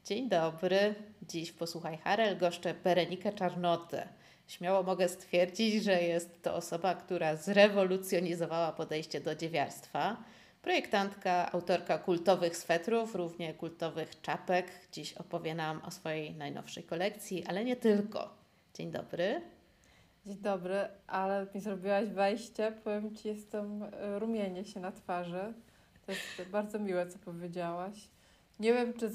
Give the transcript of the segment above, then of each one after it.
Dzień dobry. Dziś w Posłuchaj Harel goszczę Berenikę Czarnotę. Śmiało mogę stwierdzić, że jest to osoba, która zrewolucjonizowała podejście do dziewiarstwa. Projektantka, autorka kultowych swetrów, równie kultowych czapek. Dziś opowie nam o swojej najnowszej kolekcji, ale nie tylko. Dzień dobry. Dzień dobry, ale mi zrobiłaś wejście. Powiem Ci, rumienię się na twarzy. To jest bardzo miłe, co powiedziałaś. Nie wiem, czy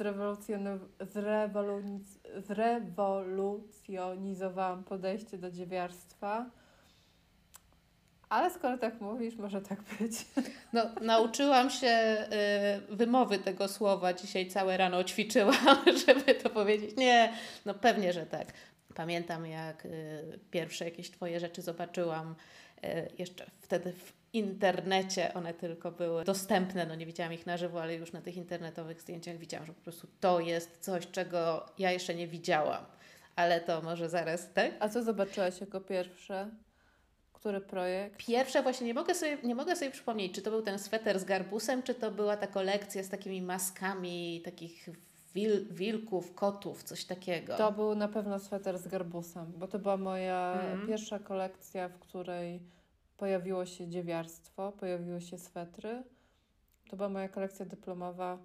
zrewolucjonizowałam podejście do dziewiarstwa, ale skoro tak mówisz, może tak być. No, nauczyłam się wymowy tego słowa. Dzisiaj całe rano ćwiczyłam, żeby to powiedzieć. Nie, no pewnie, że tak. Pamiętam, jak pierwsze jakieś Twoje rzeczy zobaczyłam jeszcze wtedy w internecie. One tylko były dostępne, no nie widziałam ich na żywo, ale już na tych internetowych zdjęciach widziałam, że po prostu to jest coś, czego ja jeszcze nie widziałam. Ale to może zaraz, tak? A co zobaczyłaś jako pierwsze? Który projekt? Pierwsze właśnie nie mogę sobie przypomnieć, czy to był ten sweter z garbusem, czy to była ta kolekcja z takimi maskami takich wilków, kotów, coś takiego. To był na pewno sweter z garbusem, bo to była moja pierwsza kolekcja, w której pojawiło się dziewiarstwo, pojawiły się swetry. To była moja kolekcja dyplomowa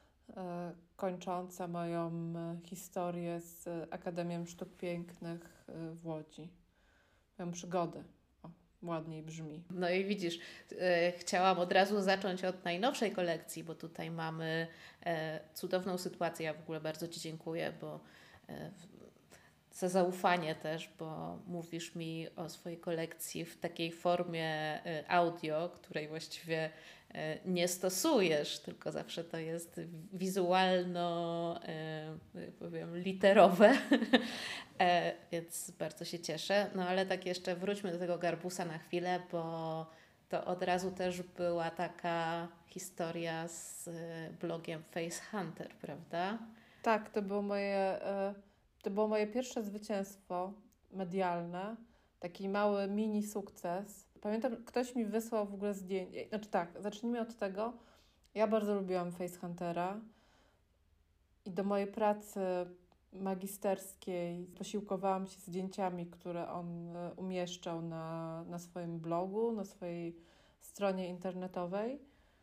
kończąca moją historię z Akademią Sztuk Pięknych w Łodzi. Moją przygodę. O, ładniej brzmi. No i widzisz, chciałam od razu zacząć od najnowszej kolekcji, bo tutaj mamy cudowną sytuację. Ja w ogóle bardzo Ci dziękuję, bo za zaufanie też, bo mówisz mi o swojej kolekcji w takiej formie audio, której właściwie nie stosujesz, tylko zawsze to jest wizualno, powiem, literowe, więc bardzo się cieszę. No ale tak jeszcze wróćmy do tego garbusa na chwilę, bo to od razu też była taka historia z blogiem Face Hunter, prawda? Tak, to było moje pierwsze zwycięstwo medialne, taki mały mini sukces. Pamiętam, ktoś mi wysłał w ogóle zdjęcie. Znaczy tak, zacznijmy od tego. Ja bardzo lubiłam Facehuntera i do mojej pracy magisterskiej posiłkowałam się zdjęciami, które on umieszczał na swoim blogu, na swojej stronie internetowej.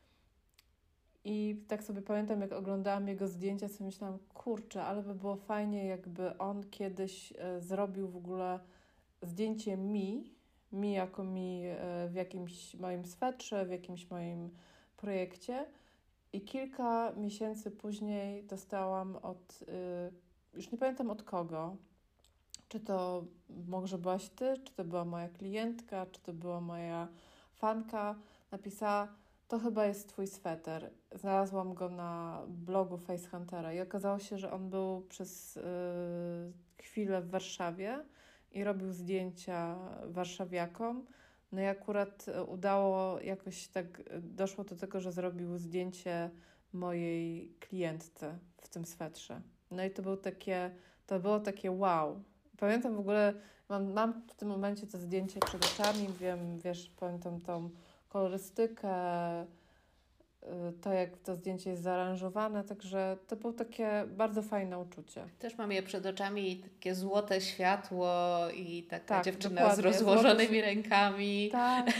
I tak sobie pamiętam, jak oglądałam jego zdjęcia, sobie myślałam, kurczę, ale by było fajnie, jakby on kiedyś zrobił w ogóle zdjęcie mi jako mi w jakimś moim swetrze, w jakimś moim projekcie. I kilka miesięcy później dostałam już nie pamiętam od kogo, czy to może byłaś Ty, czy to była moja klientka, czy to była moja fanka, napisała: to chyba jest Twój sweter. Znalazłam go na blogu Facehuntera i okazało się, że on był przez chwilę w Warszawie i robił zdjęcia warszawiakom. No i akurat jakoś tak doszło do tego, że zrobił zdjęcie mojej klientce w tym swetrze. No i to było takie wow. Pamiętam w ogóle, mam w tym momencie to zdjęcie przed oczami, pamiętam tą kolorystykę, to jak to zdjęcie jest zaaranżowane, także to było takie bardzo fajne uczucie. Też mam je przed oczami, takie złote światło i taka dziewczyna dokładnie, z rozłożonymi rękami.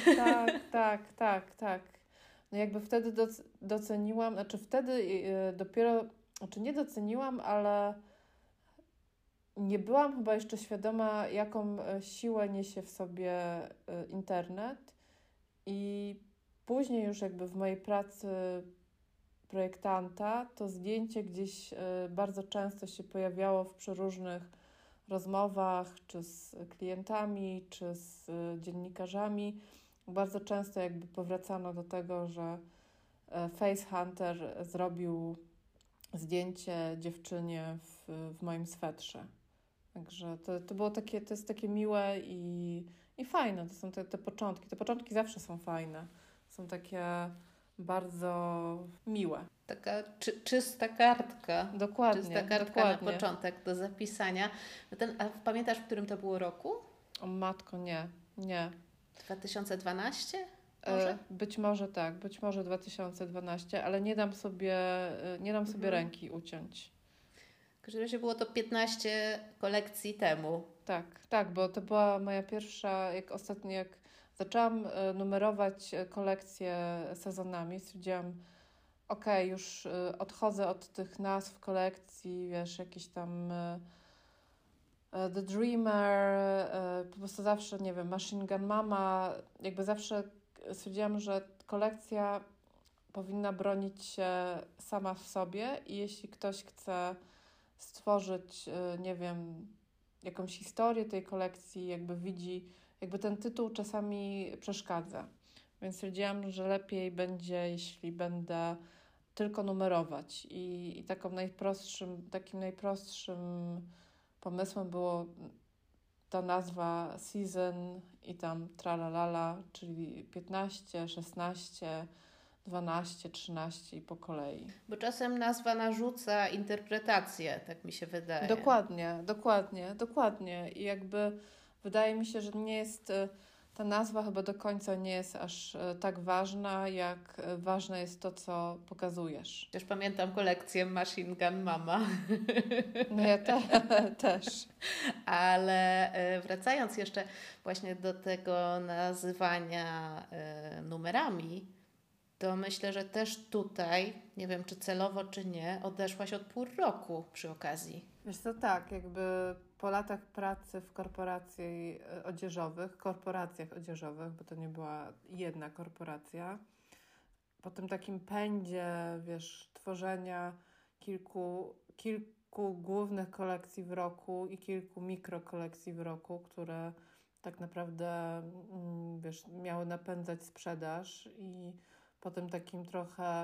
Tak. No jakby wtedy doceniłam, dopiero, nie doceniłam, ale nie byłam chyba jeszcze świadoma, jaką siłę niesie w sobie internet. I później już jakby w mojej pracy projektanta to zdjęcie gdzieś bardzo często się pojawiało w przeróżnych rozmowach, czy z klientami, czy z dziennikarzami. Bardzo często jakby powracano do tego, że Facehunter zrobił zdjęcie dziewczynie w moim swetrze. Także to było takie, to jest takie miłe i fajne. To są te początki. Te początki zawsze są fajne. Są takie bardzo miłe. Taka czysta kartka. Dokładnie. Czysta kartka dokładnie. na początek do zapisania. A pamiętasz, w którym to było roku? O matko, nie. 2012? Może? Być może tak, być może 2012, ale nie dam sobie ręki uciąć. W każdym razie było to 15 kolekcji temu. Tak, bo to była moja pierwsza, jak zaczęłam numerować kolekcje sezonami, stwierdziłam, okej, już odchodzę od tych nazw kolekcji, wiesz, jakieś tam The Dreamer, po prostu zawsze, nie wiem, Machine Gun Mama, jakby zawsze stwierdziłam, że kolekcja powinna bronić się sama w sobie i jeśli ktoś chce stworzyć, nie wiem, jakąś historię tej kolekcji, jakby widzi, jakby ten tytuł czasami przeszkadza. Więc stwierdziłam, że lepiej będzie, jeśli będę tylko numerować. I takim najprostszym pomysłem było ta nazwa Season i tam tralalala, czyli 15, 16, 12, 13 i po kolei. Bo czasem nazwa narzuca interpretację, tak mi się wydaje. Dokładnie. I jakby wydaje mi się, że nie jest ta nazwa chyba do końca nie jest aż tak ważna, jak ważne jest to, co pokazujesz. Też pamiętam kolekcję Machine Gun Mama. No ja też. Ale wracając jeszcze właśnie do tego nazywania numerami, to myślę, że też tutaj, nie wiem czy celowo, czy nie, odeszłaś od pół roku przy okazji. Wiesz co, tak, jakby po latach pracy w korporacjach odzieżowych, bo to nie była jedna korporacja, po tym takim pędzie, wiesz, tworzenia kilku głównych kolekcji w roku i kilku mikrokolekcji w roku, które tak naprawdę, wiesz, miały napędzać sprzedaż i po tym takim trochę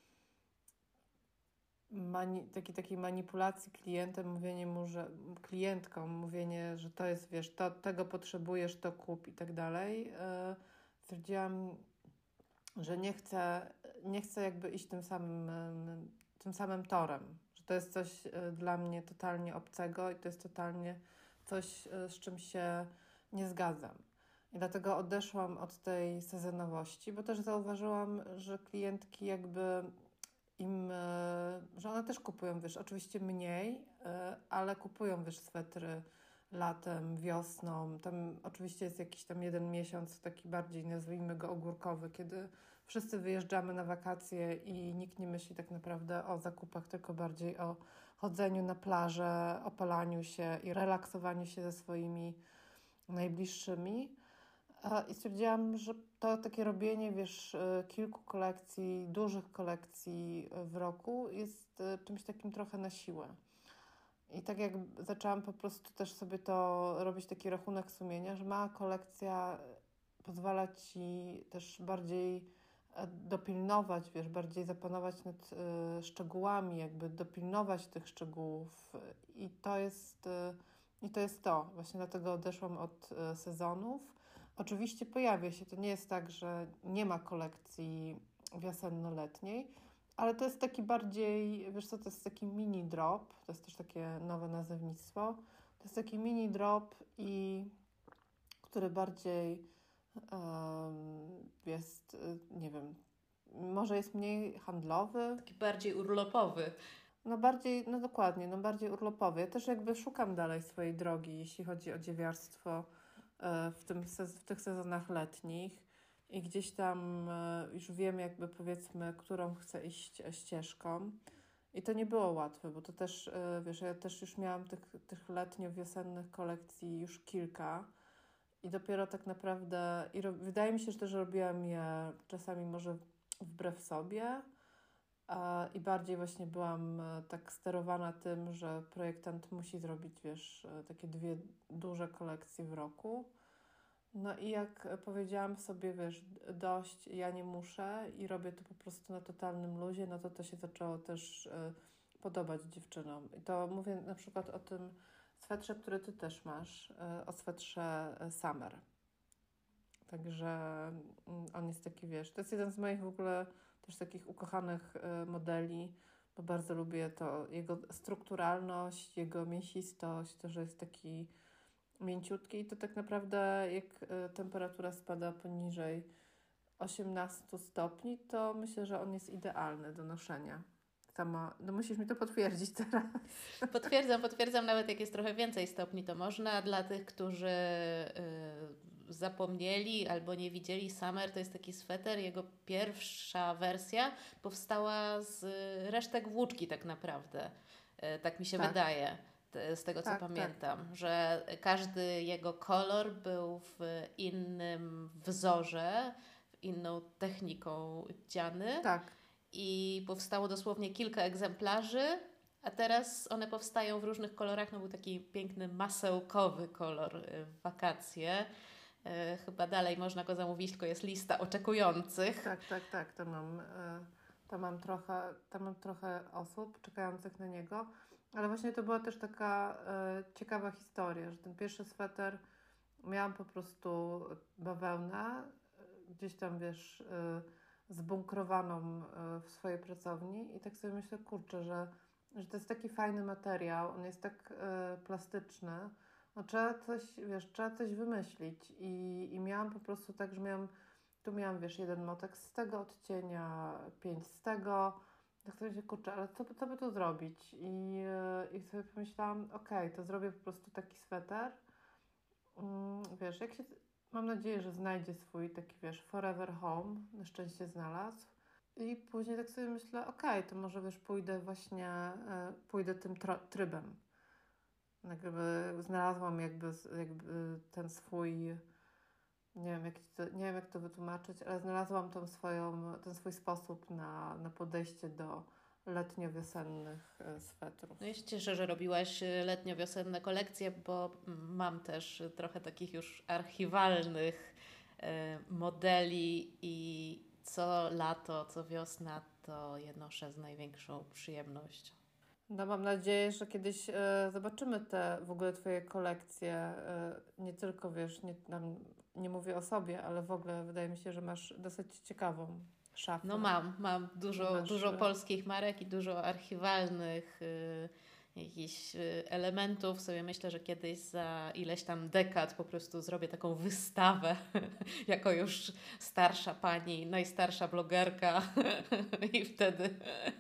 takiej manipulacji klientem, klientkom mówienie, że to jest, wiesz, tego potrzebujesz, to kup i tak dalej. Stwierdziłam, że nie chcę jakby iść tym samym torem, że to jest coś dla mnie totalnie obcego i to jest totalnie coś, z czym się nie zgadzam. I dlatego odeszłam od tej sezonowości, bo też zauważyłam, że klientki jakby że one też kupują, wiesz, oczywiście mniej, ale kupują, wiesz, swetry latem, wiosną. Tam oczywiście jest jakiś tam jeden miesiąc, taki bardziej, nazwijmy go ogórkowy, kiedy wszyscy wyjeżdżamy na wakacje i nikt nie myśli tak naprawdę o zakupach, tylko bardziej o chodzeniu na plażę, opalaniu się i relaksowaniu się ze swoimi najbliższymi. I stwierdziłam, że to takie robienie, wiesz, kilku kolekcji, dużych kolekcji w roku jest czymś takim trochę na siłę. I tak jak zaczęłam po prostu też sobie to robić taki rachunek sumienia, że mała kolekcja pozwala Ci też bardziej dopilnować, wiesz, bardziej zapanować nad szczegółami, jakby dopilnować tych szczegółów. I to jest to. Właśnie dlatego odeszłam od sezonów. Oczywiście pojawia się, to nie jest tak, że nie ma kolekcji wiosenno-letniej, ale to jest taki bardziej, wiesz co, to jest taki mini drop, to jest też takie nowe nazewnictwo, to jest taki mini drop który bardziej jest, nie wiem, może jest mniej handlowy. Taki bardziej urlopowy. Bardziej urlopowy. Ja też jakby szukam dalej swojej drogi, jeśli chodzi o dziewiarstwo w tych sezonach letnich i gdzieś tam już wiem jakby powiedzmy, którą chcę iść ścieżką. I to nie było łatwe, bo to też, wiesz, ja też już miałam tych letnio-wiosennych kolekcji już kilka i dopiero tak naprawdę, wydaje mi się, że też robiłam je czasami może wbrew sobie i bardziej właśnie byłam tak sterowana tym, że projektant musi zrobić, wiesz, takie 2 duże kolekcje w roku. No i jak powiedziałam sobie, wiesz, dość, ja nie muszę i robię to po prostu na totalnym luzie, no to się zaczęło też podobać dziewczynom. I to mówię na przykład o tym swetrze, który Ty też masz, o swetrze Summer. Także on jest taki, wiesz, to jest jeden z moich w ogóle też takich ukochanych modeli, bo bardzo lubię to, jego strukturalność, jego mięsistość, to, że jest taki mięciutki i to tak naprawdę jak temperatura spada poniżej 18 stopni, to myślę, że on jest idealny do noszenia. sama, no musisz mi to potwierdzić teraz. Potwierdzam, nawet jak jest trochę więcej stopni, to można. Dla tych, którzy zapomnieli albo nie widzieli, Summer to jest taki sweter, jego pierwsza wersja powstała z resztek włóczki tak naprawdę. Tak mi się wydaje, z tego co pamiętam, że każdy jego kolor był w innym wzorze, inną techniką dziany. Tak. I powstało dosłownie kilka egzemplarzy, a teraz one powstają w różnych kolorach. No był taki piękny masełkowy kolor w wakacje. Chyba dalej można go zamówić, tylko jest lista oczekujących. Tak. Tam mam trochę osób czekających na niego. Ale właśnie to była też taka ciekawa historia, że ten pierwszy sweter miałam po prostu bawełnę, gdzieś tam, wiesz, zbunkrowaną w swojej pracowni i tak sobie myślę, kurczę, że to jest taki fajny materiał, on jest tak plastyczny, no trzeba coś wymyślić i miałam po prostu tak, że miałam, wiesz, jeden motek z tego odcienia, 5 z tego, tak sobie myślę, kurczę, ale co by tu zrobić? I sobie pomyślałam, okej, to zrobię po prostu taki sweter, wiesz, mam nadzieję, że znajdzie swój taki, wiesz, forever home. Na szczęście znalazł. I później tak sobie myślę, okej, to może, wiesz, pójdę tym trybem. Jakby znalazłam jakby ten swój, nie wiem jak to wytłumaczyć, ale znalazłam ten swój sposób na podejście do letnio-wiosennych swetrów. No ja się cieszę, że robiłaś letnio-wiosenne kolekcje, bo mam też trochę takich już archiwalnych modeli i co lato, co wiosna to je noszę z największą przyjemnością. No mam nadzieję, że kiedyś zobaczymy w ogóle Twoje kolekcje. Nie tylko, wiesz, nie mówię o sobie, ale w ogóle wydaje mi się, że masz dosyć ciekawą szafę. No mam dużo polskich marek i dużo archiwalnych jakichś elementów. Sobie myślę, że kiedyś za ileś tam dekad po prostu zrobię taką wystawę jako już starsza pani, najstarsza blogerka i wtedy...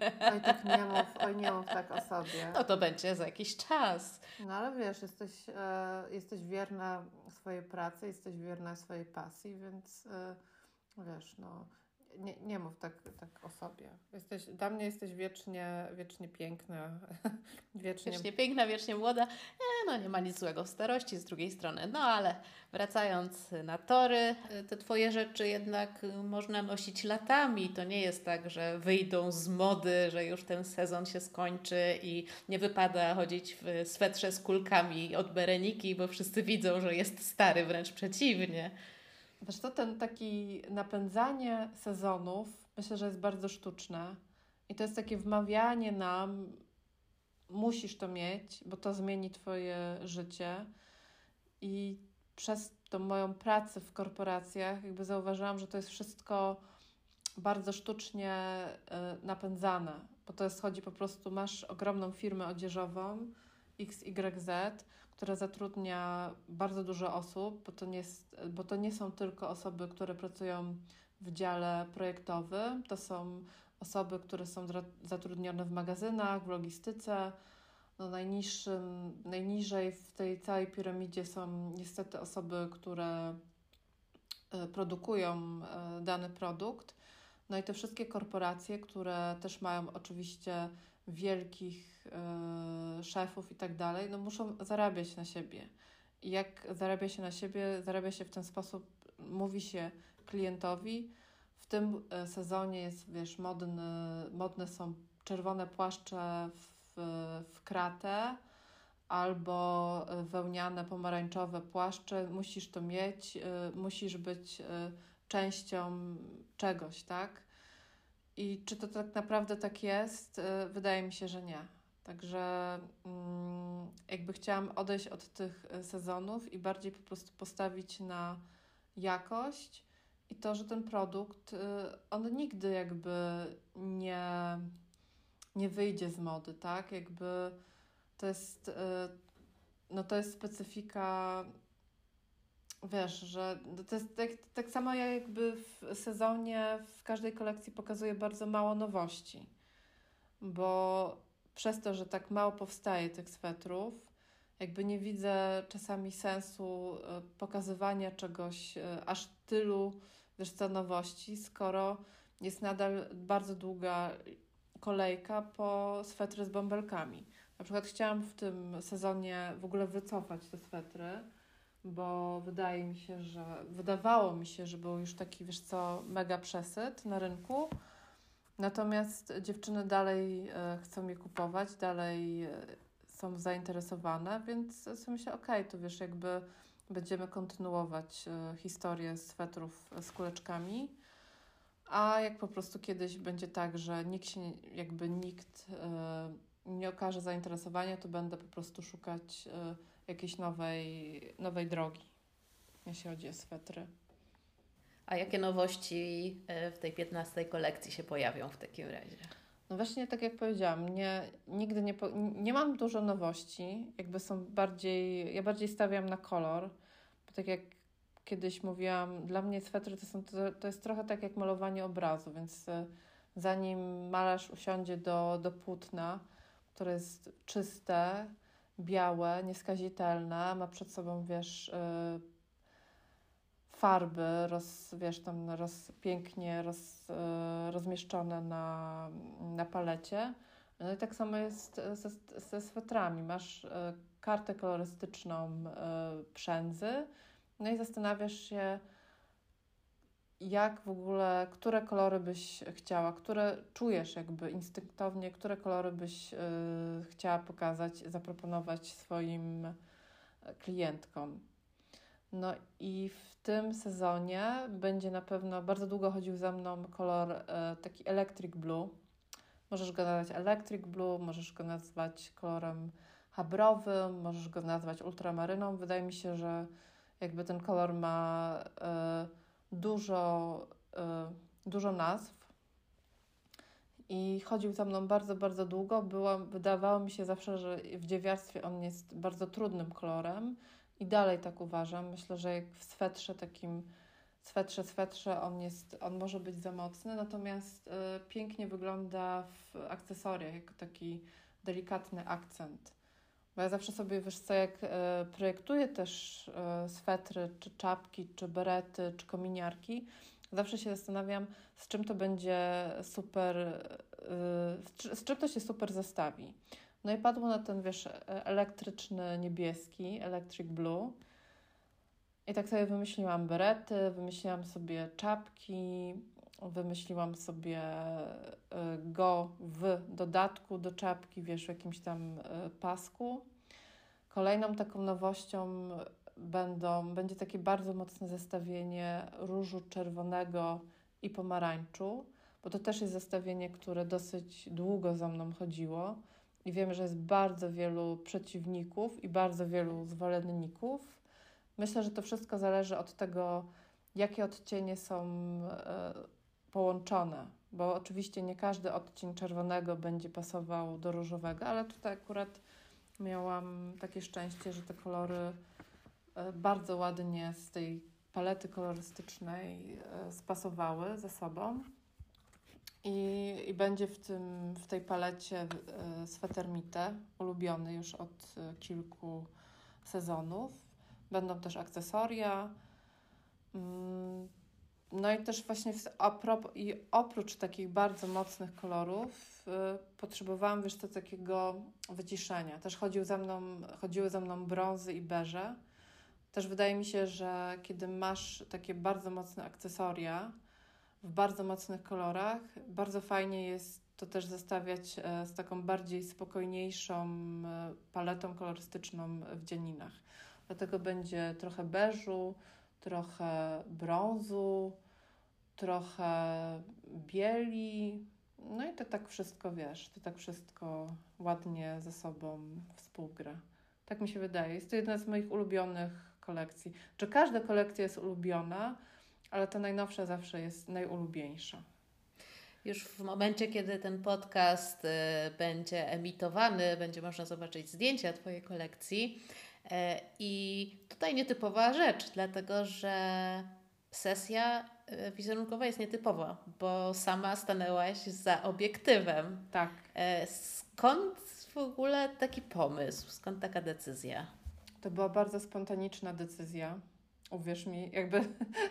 Oj nie mów tak o sobie. No to będzie za jakiś czas. No ale wiesz, jesteś wierna swojej pracy, jesteś wierna swojej pasji, więc wiesz, no nie mów tak o sobie. Dla mnie jesteś wiecznie piękna. Wiecznie piękna, wiecznie młoda. No nie ma nic złego w starości z drugiej strony. No ale wracając na tory, te Twoje rzeczy jednak można nosić latami. To nie jest tak, że wyjdą z mody, że już ten sezon się skończy i nie wypada chodzić w swetrze z kulkami od Bereniki, bo wszyscy widzą, że jest stary, wręcz przeciwnie. Wiesz co, ten taki napędzanie sezonów myślę, że jest bardzo sztuczne i to jest takie wmawianie nam, musisz to mieć, bo to zmieni Twoje życie i przez tą moją pracę w korporacjach jakby zauważyłam, że to jest wszystko bardzo sztucznie napędzane, bo chodzi po prostu, masz ogromną firmę odzieżową XYZ, która zatrudnia bardzo dużo osób, bo to nie są tylko osoby, które pracują w dziale projektowym, to są osoby, które są zatrudnione w magazynach, w logistyce. No najniżej w tej całej piramidzie są niestety osoby, które produkują dany produkt. No i te wszystkie korporacje, które też mają oczywiście wielkich szefów i tak dalej, no muszą zarabiać na siebie. I jak zarabia się na siebie, zarabia się w ten sposób, mówi się klientowi, w tym sezonie jest, wiesz, modne są czerwone płaszcze w kratę albo wełniane, pomarańczowe płaszcze, musisz to mieć, musisz być częścią czegoś, tak? I czy to tak naprawdę tak jest? Wydaje mi się, że nie. Także jakby chciałam odejść od tych sezonów i bardziej po prostu postawić na jakość i to, że ten produkt, on nigdy jakby nie wyjdzie z mody, tak? Jakby to jest specyfika, wiesz, że to jest tak samo jakby w sezonie w każdej kolekcji pokazuje bardzo mało nowości. bo przez to, że tak mało powstaje tych swetrów, jakby nie widzę czasami sensu pokazywania czegoś aż tylu, wiesz co, nowości, skoro jest nadal bardzo długa kolejka po swetry z bąbelkami. Na przykład chciałam w tym sezonie w ogóle wycofać te swetry, bo wydawało mi się, że był już taki, wiesz co, mega przesyt na rynku. Natomiast dziewczyny dalej chcą je kupować, dalej są zainteresowane, więc sobie myślę, okej, to wiesz, jakby będziemy kontynuować historię swetrów z kuleczkami, a jak po prostu kiedyś będzie tak, że nikt nie okaże zainteresowania, to będę po prostu szukać jakiejś nowej drogi, jeśli chodzi o swetry. A jakie nowości w tej 15 kolekcji się pojawią w takim razie? No właśnie, tak jak powiedziałam, nigdy nie mam dużo nowości, jakby ja bardziej stawiam na kolor, bo tak jak kiedyś mówiłam, dla mnie swetry to jest trochę tak jak malowanie obrazu, więc zanim malarz usiądzie do płótna, które jest czyste, białe, nieskazitelne, ma przed sobą, wiesz, farby, pięknie rozmieszczone na palecie. No i tak samo jest ze swetrami. Masz kartę kolorystyczną przędzy, no i zastanawiasz się, jak w ogóle, które kolory byś chciała, które czujesz jakby instynktownie, które kolory byś chciała pokazać, zaproponować swoim klientkom. No i w tym sezonie będzie na pewno bardzo długo chodził za mną kolor taki Electric Blue. Możesz go nazwać Electric Blue, możesz go nazwać kolorem habrowym, możesz go nazwać ultramaryną. Wydaje mi się, że jakby ten kolor ma dużo nazw i chodził za mną bardzo, bardzo długo. Wydawało mi się zawsze, że w dziewiarstwie on jest bardzo trudnym kolorem i dalej tak uważam. Myślę, że jak w takim swetrze on może być za mocny, natomiast pięknie wygląda w akcesoriach jako taki delikatny akcent. Bo ja zawsze sobie, wiesz co, jak projektuję też swetry, czy czapki, czy berety, czy kominiarki, zawsze się zastanawiam, z czym to będzie super, z czym to się super zestawi. No i padło na ten, wiesz, elektryczny niebieski, Electric Blue. I tak sobie wymyśliłam berety, wymyśliłam sobie czapki, wymyśliłam sobie go w dodatku do czapki, wiesz, w jakimś tam pasku. Kolejną taką nowością będzie takie bardzo mocne zestawienie różu czerwonego i pomarańczu, bo to też jest zestawienie, które dosyć długo za mną chodziło i wiem, że jest bardzo wielu przeciwników i bardzo wielu zwolenników. Myślę, że to wszystko zależy od tego, jakie odcienie są połączone, bo oczywiście nie każdy odcień czerwonego będzie pasował do różowego, ale tutaj akurat miałam takie szczęście, że te kolory bardzo ładnie z tej palety kolorystycznej spasowały ze sobą. I będzie w tej palecie sweter Mite, ulubiony już od kilku sezonów. Będą też akcesoria. No i też właśnie oprócz takich bardzo mocnych kolorów potrzebowałam, wiesz, takiego wyciszenia. Też chodziły za mną brązy i beże. Też wydaje mi się, że kiedy masz takie bardzo mocne akcesoria w bardzo mocnych kolorach, bardzo fajnie jest to też zestawiać z taką bardziej spokojniejszą paletą kolorystyczną w dzieninach. Dlatego będzie trochę beżu, trochę brązu, trochę bieli. No i to tak wszystko, wiesz, to tak wszystko ładnie ze sobą współgra. Tak mi się wydaje. Jest to jedna z moich ulubionych kolekcji. Czy każda kolekcja jest ulubiona, ale ta najnowsza zawsze jest najulubieńsza. Już w momencie, kiedy ten podcast będzie emitowany, będzie można zobaczyć zdjęcia Twojej kolekcji. I tutaj nietypowa rzecz, dlatego że sesja wizerunkowa jest nietypowa, bo sama stanęłaś za obiektywem. Tak. Skąd w ogóle taki pomysł? Skąd taka decyzja? To była bardzo spontaniczna decyzja. Uwierz mi, jakby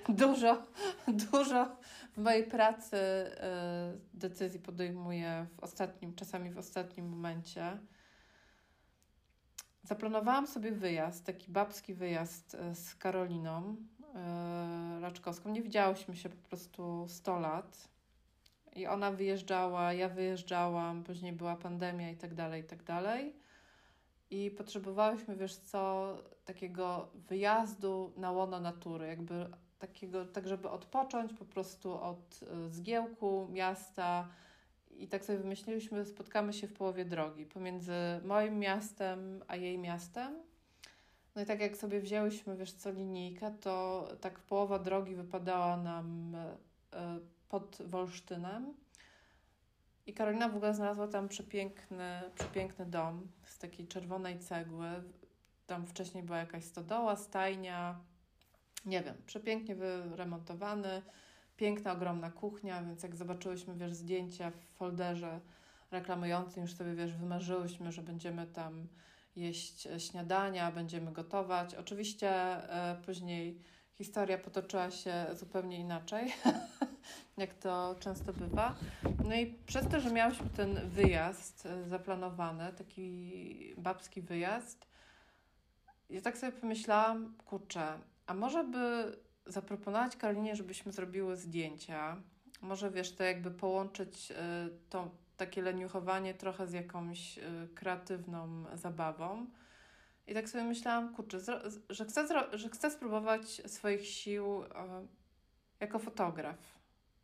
dużo w mojej pracy decyzji podejmuję czasami w ostatnim momencie. Zaplanowałam sobie wyjazd, taki babski wyjazd z Karoliną Raczkowską. Nie widziałyśmy się po prostu 100 lat. I ona wyjeżdżała, ja wyjeżdżałam, później była pandemia i tak dalej, i tak dalej. I potrzebowałyśmy, wiesz co, takiego wyjazdu na łono natury, jakby takiego, tak żeby odpocząć po prostu od zgiełku miasta. I tak sobie wymyśliliśmy, spotkamy się w połowie drogi pomiędzy moim miastem a jej miastem. No i tak jak sobie wzięłyśmy, wiesz co, linijkę, to tak połowa drogi wypadała nam pod Wolsztynem. I Karolina w ogóle znalazła tam przepiękny dom z takiej czerwonej cegły. Tam wcześniej była jakaś stodoła, stajnia, nie wiem, przepięknie wyremontowany, piękna, ogromna kuchnia, więc jak zobaczyłyśmy, wiesz, zdjęcia w folderze reklamującym, już sobie, wiesz, wymarzyłyśmy, że będziemy tam jeść śniadania, będziemy gotować. Oczywiście później historia potoczyła się zupełnie inaczej, jak to często bywa. No i przez to, że miałyśmy ten wyjazd zaplanowany, taki babski wyjazd, ja tak sobie pomyślałam, kurczę, a może by zaproponować Karolinie, żebyśmy zrobiły zdjęcia. Może, wiesz, to jakby połączyć to takie leniuchowanie trochę z jakąś kreatywną zabawą. I tak sobie myślałam, kurczę, że chcę spróbować swoich sił jako fotograf.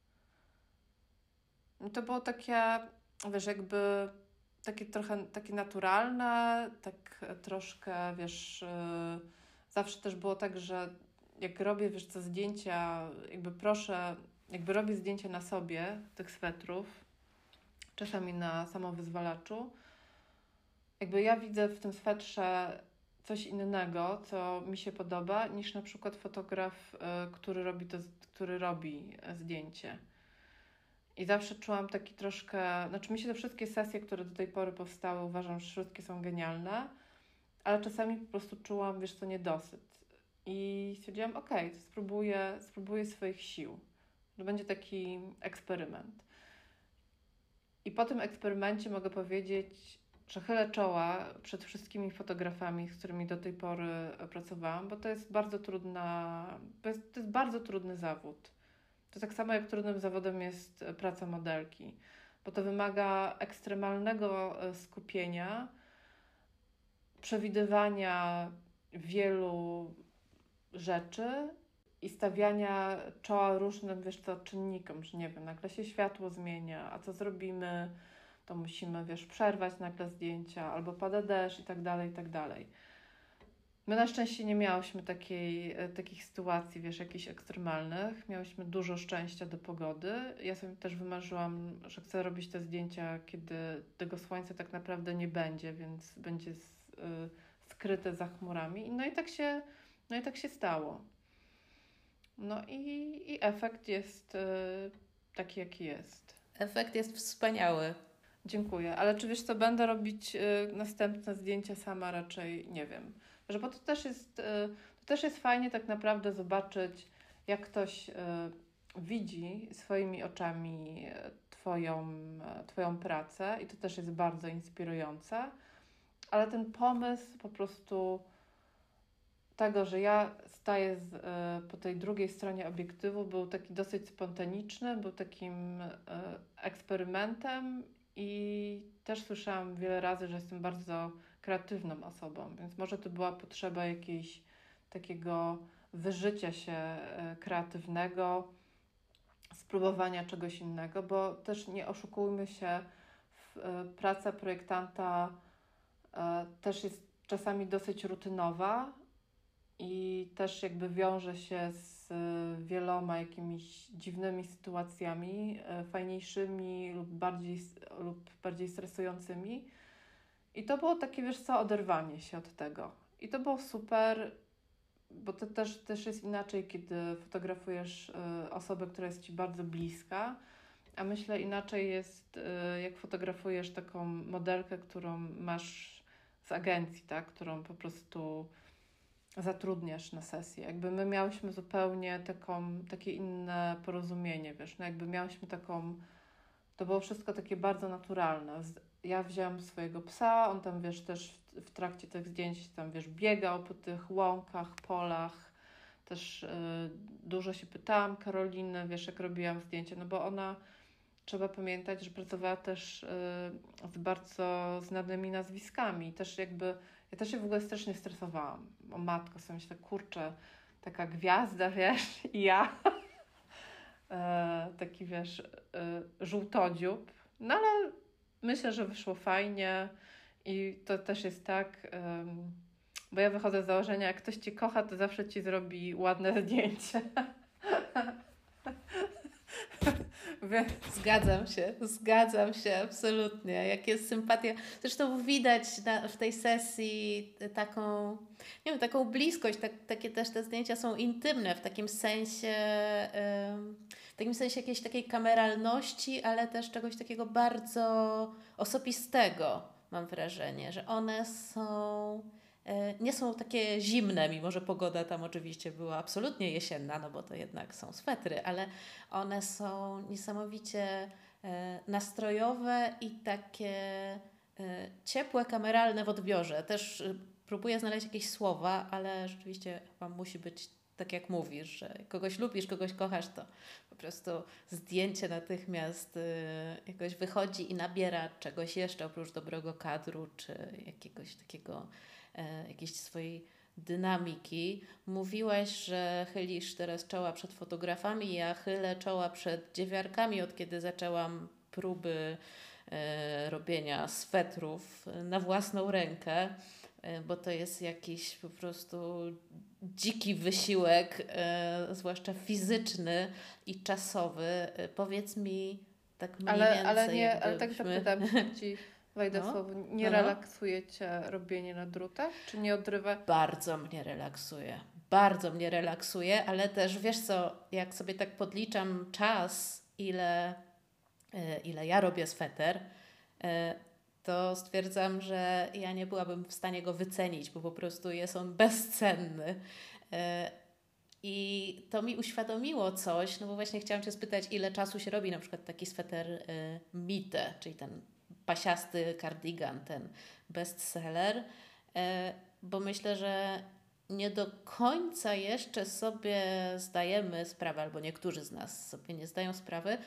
I to było takie, wiesz, jakby takie naturalne, tak troszkę, wiesz, zawsze też było tak, że jak robię, wiesz co, zdjęcia, jakby robię zdjęcia na sobie tych swetrów, czasami na samowyzwalaczu, jakby ja widzę w tym swetrze coś innego, co mi się podoba, niż na przykład fotograf, który robi zdjęcie. I zawsze czułam taki troszkę, znaczy mi się te wszystkie sesje, które do tej pory powstały, uważam, że wszystkie są genialne, ale czasami po prostu czułam, wiesz co, niedosyt. I stwierdziłam, okej, to spróbuję swoich sił. To będzie taki eksperyment. I po tym eksperymencie mogę powiedzieć, że chylę czoła przed wszystkimi fotografami, z którymi do tej pory pracowałam, bo to jest bardzo to jest bardzo trudny zawód. To tak samo jak trudnym zawodem jest praca modelki, bo to wymaga ekstremalnego skupienia, przewidywania wielu rzeczy i stawiania czoła różnym, wiesz co, czynnikom, że nie wiem, nagle się światło zmienia, a co zrobimy, to musimy, wiesz, przerwać nagle zdjęcia, albo pada deszcz i tak dalej, i tak dalej. My na szczęście nie miałyśmy takich sytuacji, wiesz, jakichś ekstremalnych. Miałyśmy dużo szczęścia do pogody. Ja sobie też wymarzyłam, że chcę robić te zdjęcia, kiedy tego słońca tak naprawdę nie będzie, więc będzie skryte za chmurami. No i tak się stało. No i efekt jest taki, jaki jest. Efekt jest wspaniały. Dziękuję. Ale czy wiesz co, będę robić następne zdjęcia sama? Raczej nie wiem. Bo to też jest fajnie tak naprawdę zobaczyć, jak ktoś widzi swoimi oczami twoją pracę i to też jest bardzo inspirujące. Ale ten pomysł po prostu tego, że ja staję po tej drugiej stronie obiektywu, był taki dosyć spontaniczny, był takim eksperymentem i też słyszałam wiele razy, że jestem bardzo kreatywną osobą, więc może to była potrzeba jakiegoś takiego wyżycia się kreatywnego, spróbowania czegoś innego, bo też nie oszukujmy się, praca projektanta też jest czasami dosyć rutynowa i też jakby wiąże się z wieloma jakimiś dziwnymi sytuacjami, fajniejszymi lub bardziej stresującymi. I to było takie, wiesz co, oderwanie się od tego. I to było super. bo to też jest inaczej, kiedy fotografujesz osobę, która jest ci bardzo bliska, a myślę inaczej jest, jak fotografujesz taką modelkę, którą masz z agencji, tak? Którą po prostu zatrudniasz na sesję. Jakby my miałyśmy zupełnie takie inne porozumienie, wiesz, no jakby miałyśmy to było wszystko takie bardzo naturalne. Ja wzięłam swojego psa, on tam, wiesz, też w trakcie tych zdjęć tam, wiesz, biegał po tych łąkach, polach. Też dużo się pytałam Karoliny, wiesz, jak robiłam zdjęcie, no bo ona, trzeba pamiętać, że pracowała też z bardzo znanymi nazwiskami. Też jakby, ja też się w ogóle strasznie stresowałam. O matko, sobie myślę, kurczę, taka gwiazda, wiesz, i ja, taki, wiesz, żółtodziób. No ale myślę, że wyszło fajnie i to też jest tak, bo ja wychodzę z założenia, jak ktoś Cię kocha, to zawsze Ci zrobi ładne zdjęcie. Zgadzam się absolutnie. Jak jest sympatia. Zresztą widać w tej sesji taką, nie wiem, taką bliskość. Takie też te zdjęcia są intymne w takim sensie jakiejś takiej kameralności, ale też czegoś takiego bardzo osobistego, mam wrażenie, że one nie są takie zimne, mimo że pogoda tam oczywiście była absolutnie jesienna, no bo to jednak są swetry, ale one są niesamowicie nastrojowe i takie ciepłe, kameralne w odbiorze. Też próbuję znaleźć jakieś słowa, ale rzeczywiście chyba musi być tak jak mówisz, że kogoś lubisz, kogoś kochasz, to po prostu zdjęcie natychmiast jakoś wychodzi i nabiera czegoś jeszcze oprócz dobrego kadru, czy jakiegoś takiego jakiejś swojej dynamiki. Mówiłaś, że chylisz teraz czoła przed fotografami, ja chylę czoła przed dziewiarkami, od kiedy zaczęłam próby robienia swetrów na własną rękę, bo to jest jakiś po prostu dziki wysiłek, zwłaszcza fizyczny i czasowy. Powiedz mi tak mniej więcej. Ale tak zapytam Ci, wejdę w słowo, nie relaksuje Cię robienie na drutach? Czy nie odrywa? Bardzo mnie relaksuje. Bardzo mnie relaksuje, ale też wiesz co, jak sobie tak podliczam czas, ile ja robię sweter, to stwierdzam, że ja nie byłabym w stanie go wycenić, bo po prostu jest on bezcenny. I to mi uświadomiło coś, no bo właśnie chciałam Cię spytać, ile czasu się robi na przykład taki sweter Mite, czyli ten pasiasty cardigan, ten bestseller, bo myślę, że nie do końca jeszcze sobie zdajemy sprawę, albo niektórzy z nas sobie nie zdają sprawy,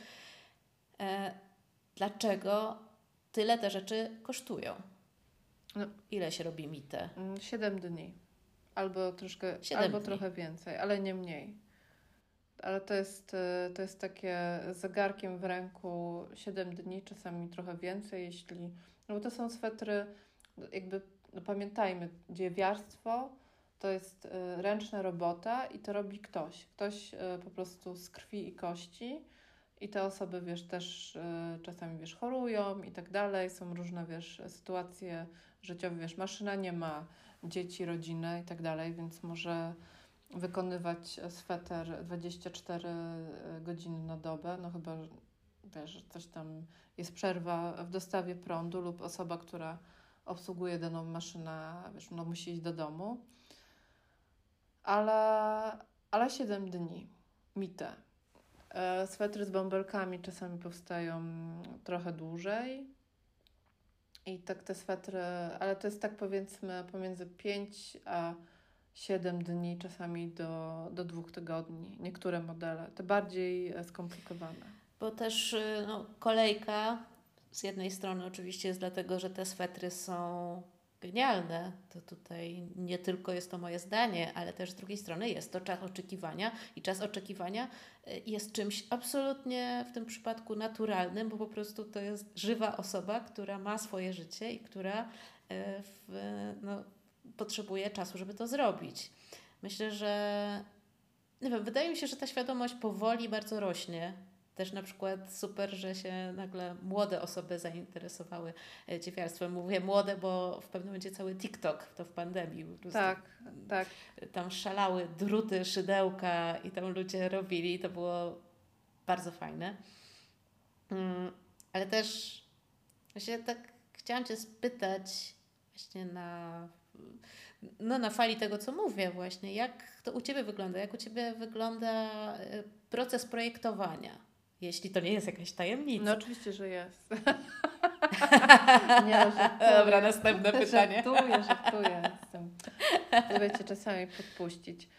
dlaczego tyle te rzeczy kosztują. No. Ile się robi Mite? 7 dni. Albo trochę więcej, ale nie mniej. Ale to jest takie z zegarkiem w ręku 7 dni, czasami trochę więcej, no bo to są swetry, jakby, no pamiętajmy, dziewiarstwo to jest ręczna robota i to robi ktoś. Ktoś po prostu z krwi i kości i te osoby, wiesz, też czasami, wiesz, chorują i tak dalej. Są różne, wiesz, sytuacje życiowe, wiesz, maszyna nie ma dzieci, rodzinę i tak dalej, więc może wykonywać sweter 24 godziny na dobę, no chyba, wiesz, że coś tam jest przerwa w dostawie prądu lub osoba, która obsługuje daną maszynę, wiesz, no musi iść do domu. Ale 7 dni, Mite. Swetry z bąbelkami czasami powstają trochę dłużej. I tak te swetry, ale to jest tak powiedzmy pomiędzy 5 a 7 dni, czasami do 2 tygodni. Niektóre modele, te bardziej skomplikowane. Bo też kolejka z jednej strony oczywiście jest dlatego, że te swetry są genialne. To tutaj nie tylko jest to moje zdanie, ale też z drugiej strony jest to czas oczekiwania i czas oczekiwania jest czymś absolutnie w tym przypadku naturalnym, bo po prostu to jest żywa osoba, która ma swoje życie i która potrzebuje czasu, żeby to zrobić. Myślę, że nie wiem, wydaje mi się, że ta świadomość powoli bardzo rośnie też na przykład super, że się nagle młode osoby zainteresowały dziewiarstwem. Mówię młode, bo w pewnym momencie cały TikTok to w pandemii po prostu Tak, tak. tam szalały druty, szydełka i tam ludzie robili i to było bardzo fajne. Ale też właśnie tak chciałam Cię spytać właśnie na fali tego, co mówię właśnie, jak to u Ciebie wygląda? Jak u Ciebie wygląda proces projektowania? Jeśli to nie jest jakaś tajemnica. No oczywiście, że jest. Nie, żartuję. Dobra, następne pytanie. Żartuję. Lubię Cię czasami podpuścić.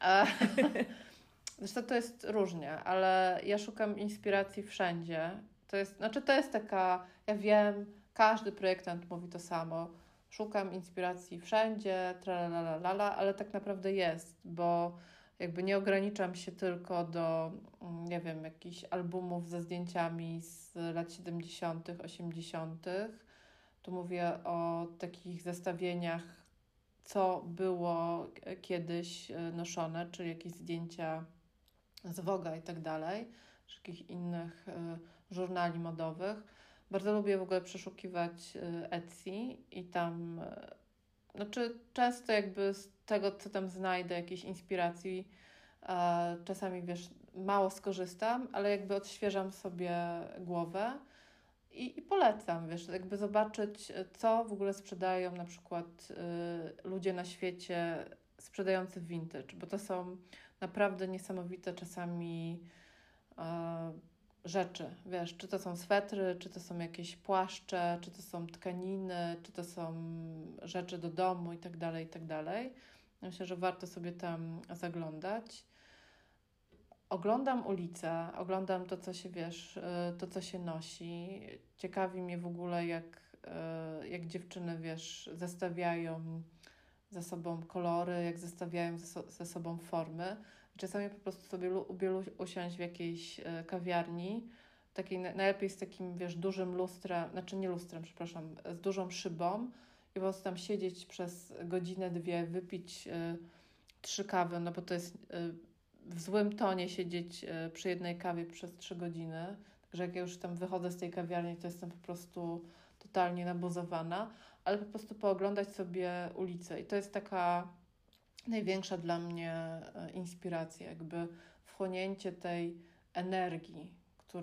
Zresztą to jest różnie, ale ja szukam inspiracji wszędzie. To jest taka, ja wiem, każdy projektant mówi to samo. Szukam inspiracji wszędzie, tralalala, ale tak naprawdę jest, bo jakby nie ograniczam się tylko do, nie wiem, jakichś albumów ze zdjęciami z lat 70., 80. Tu mówię o takich zestawieniach, co było kiedyś noszone, czyli jakieś zdjęcia z Vogue'a i tak dalej, czy jakichś innych żurnali modowych. Bardzo lubię w ogóle przeszukiwać Etsy i tam, znaczy często jakby z tego, co tam znajdę, jakiejś inspiracji, czasami wiesz, mało skorzystam, ale jakby odświeżam sobie głowę i polecam, wiesz, jakby zobaczyć, co w ogóle sprzedają na przykład ludzie na świecie sprzedający vintage, bo to są naprawdę niesamowite czasami rzeczy, wiesz, czy to są swetry, czy to są jakieś płaszcze, czy to są tkaniny, czy to są rzeczy do domu i tak dalej, i tak dalej. Myślę, że warto sobie tam zaglądać. Oglądam ulicę, oglądam to, co się, wiesz, to, co się nosi. Ciekawi mnie w ogóle, jak dziewczyny, wiesz, zestawiają ze sobą kolory, jak zestawiają ze sobą formy. Czasami po prostu sobie lubię usiąść w jakiejś kawiarni, takiej najlepiej z takim, wiesz, dużym lustrem, znaczy nie lustrem, przepraszam, z dużą szybą i po prostu tam siedzieć przez godzinę, dwie, wypić 3 kawy, no bo to jest w złym tonie siedzieć przy jednej kawie przez 3 godziny. Także jak ja już tam wychodzę z tej kawiarni, to jestem po prostu totalnie nabuzowana, ale po prostu pooglądać sobie ulicę. I to jest taka największa dla mnie inspiracja, jakby wchłonięcie tej energii,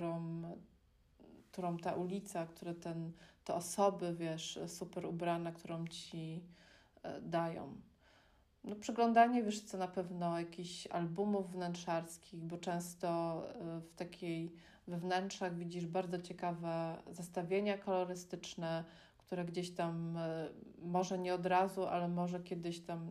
którą ta ulica, te osoby, wiesz, super ubrane, którą ci dają. No przyglądanie, wiesz co, na pewno jakichś albumów wnętrzarskich, bo często w takiej we wnętrzach widzisz bardzo ciekawe zestawienia kolorystyczne, które gdzieś tam może nie od razu, ale może kiedyś tam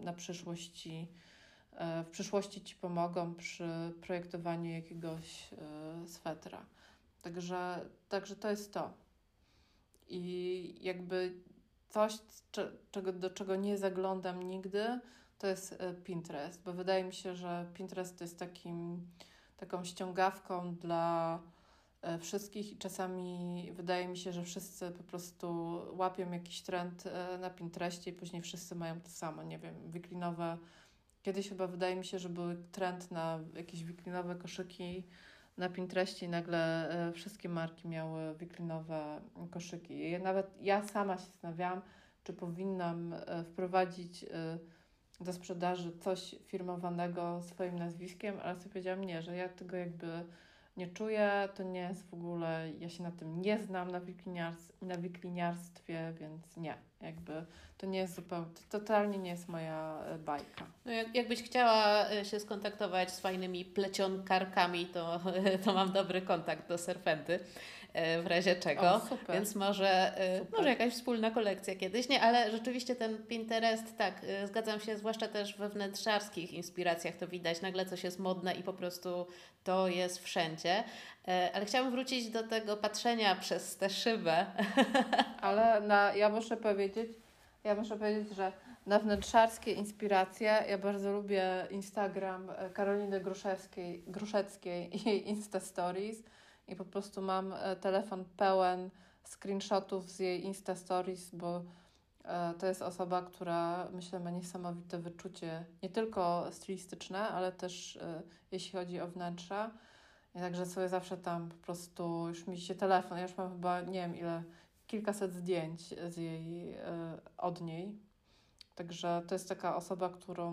w przyszłości Ci pomogą przy projektowaniu jakiegoś swetra. Także to jest to. I jakby coś, do czego nie zaglądam nigdy, to jest Pinterest, bo wydaje mi się, że Pinterest to jest taką ściągawką dla wszystkich i czasami wydaje mi się, że wszyscy po prostu łapią jakiś trend na Pinterestie i później wszyscy mają to samo, nie wiem, wiklinowe. Kiedyś chyba wydaje mi się, że był trend na jakieś wiklinowe koszyki na Pinterestie i nagle wszystkie marki miały wiklinowe koszyki. Ja sama się zastanawiałam, czy powinnam wprowadzić do sprzedaży coś firmowanego swoim nazwiskiem, ale sobie powiedziałam nie, że ja tego jakby nie czuję, to nie jest w ogóle, ja się na tym nie znam, na wikliniarstwie, więc nie, jakby to nie jest zupełnie, to totalnie nie jest moja bajka. No jakbyś chciała się skontaktować z fajnymi plecionkarkami, to mam dobry kontakt do Serpenty. W razie czego, O, super. Więc może jakaś wspólna kolekcja kiedyś, nie, ale rzeczywiście ten Pinterest, tak, zgadzam się, zwłaszcza też we wnętrzarskich inspiracjach to widać, nagle coś jest modne i po prostu to jest wszędzie, ale chciałam wrócić do tego patrzenia przez tę szybę. Ale ja muszę powiedzieć, że na wnętrzarskie inspiracje ja bardzo lubię Instagram Karoliny Gruszeckiej i jej Insta Stories i po prostu mam telefon pełen screenshotów z jej Insta Stories, bo to jest osoba, która myślę ma niesamowite wyczucie, nie tylko stylistyczne, ale też jeśli chodzi o wnętrza. I także sobie zawsze tam po prostu, już mi się telefon, ja już mam chyba, nie wiem ile, kilkaset zdjęć od niej. Także to jest taka osoba,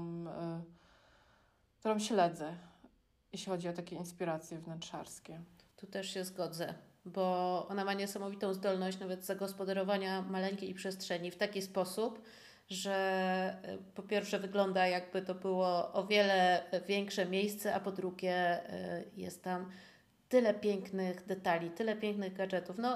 którą śledzę, jeśli chodzi o takie inspiracje wnętrzarskie. Tu też się zgodzę, bo ona ma niesamowitą zdolność nawet zagospodarowania maleńkiej przestrzeni w taki sposób, że po pierwsze wygląda jakby to było o wiele większe miejsce, a po drugie jest tam tyle pięknych detali, tyle pięknych gadżetów. No,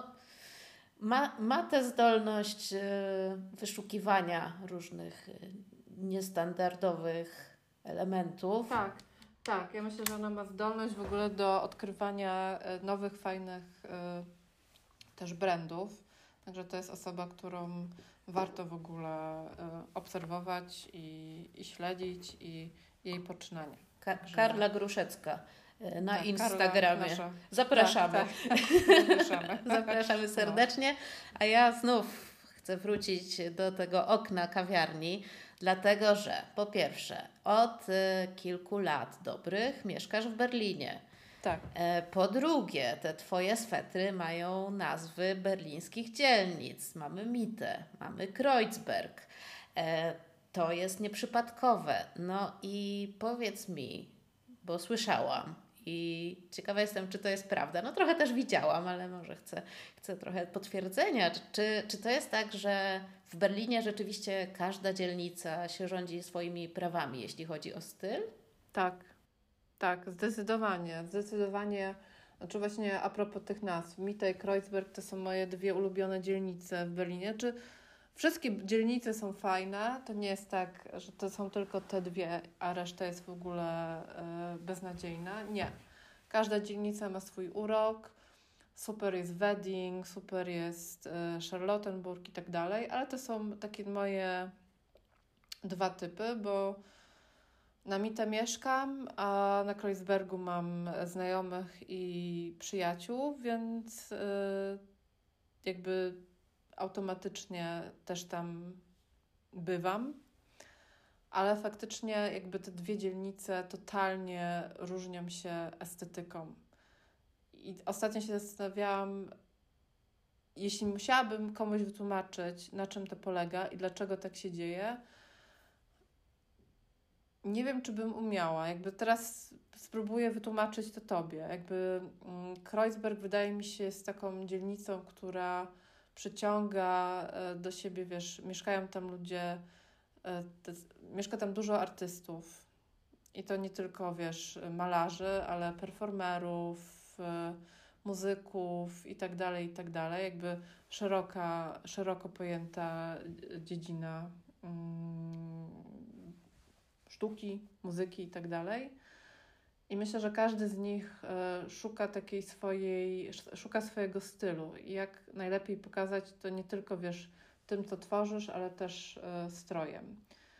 ma tę zdolność wyszukiwania różnych niestandardowych elementów. Tak. Ja myślę, że ona ma zdolność w ogóle do odkrywania nowych, fajnych też brandów. Także to jest osoba, którą warto w ogóle obserwować i śledzić i jej poczynania. Karla Gruszecka na tak, Instagramie. Karla, Zapraszamy. Zapraszamy. Zapraszamy serdecznie. A ja znów chcę wrócić do tego okna kawiarni, dlatego że po pierwsze od kilku lat dobrych mieszkasz w Berlinie. Tak. Po drugie, te Twoje swetry mają nazwy berlińskich dzielnic. Mamy Mitte, mamy Kreuzberg. To jest nieprzypadkowe. No i powiedz mi, bo słyszałam i ciekawa jestem, czy to jest prawda. No trochę też widziałam, ale może chcę trochę potwierdzenia. Czy to jest tak, że w Berlinie rzeczywiście każda dzielnica się rządzi swoimi prawami, jeśli chodzi o styl? Tak, zdecydowanie. Znaczy właśnie a propos tych nazw, Mitte i Kreuzberg to są moje dwie ulubione dzielnice w Berlinie. Czy wszystkie dzielnice są fajne? To nie jest tak, że to są tylko te dwie, a reszta jest w ogóle beznadziejna. Nie. Każda dzielnica ma swój urok. Super jest Wedding, super jest Charlottenburg i tak dalej, ale to są takie moje dwa typy, bo na Mitte mieszkam, a na Kreuzbergu mam znajomych i przyjaciół, więc jakby automatycznie też tam bywam. Ale faktycznie jakby te dwie dzielnice totalnie różnią się estetyką. I ostatnio się zastanawiałam, jeśli musiałabym komuś wytłumaczyć, na czym to polega i dlaczego tak się dzieje, nie wiem, czy bym umiała. Jakby teraz spróbuję wytłumaczyć to Tobie. Jakby Kreuzberg wydaje mi się jest taką dzielnicą, która przyciąga do siebie, wiesz, mieszkają tam ludzie, mieszka tam dużo artystów. I to nie tylko, wiesz, malarzy, ale performerów, muzyków i tak dalej. Jakby szeroko pojęta dziedzina sztuki, muzyki i tak dalej. I myślę, że każdy z nich szuka swojego stylu. I jak najlepiej pokazać to nie tylko, wiesz, tym, co tworzysz, ale też strojem.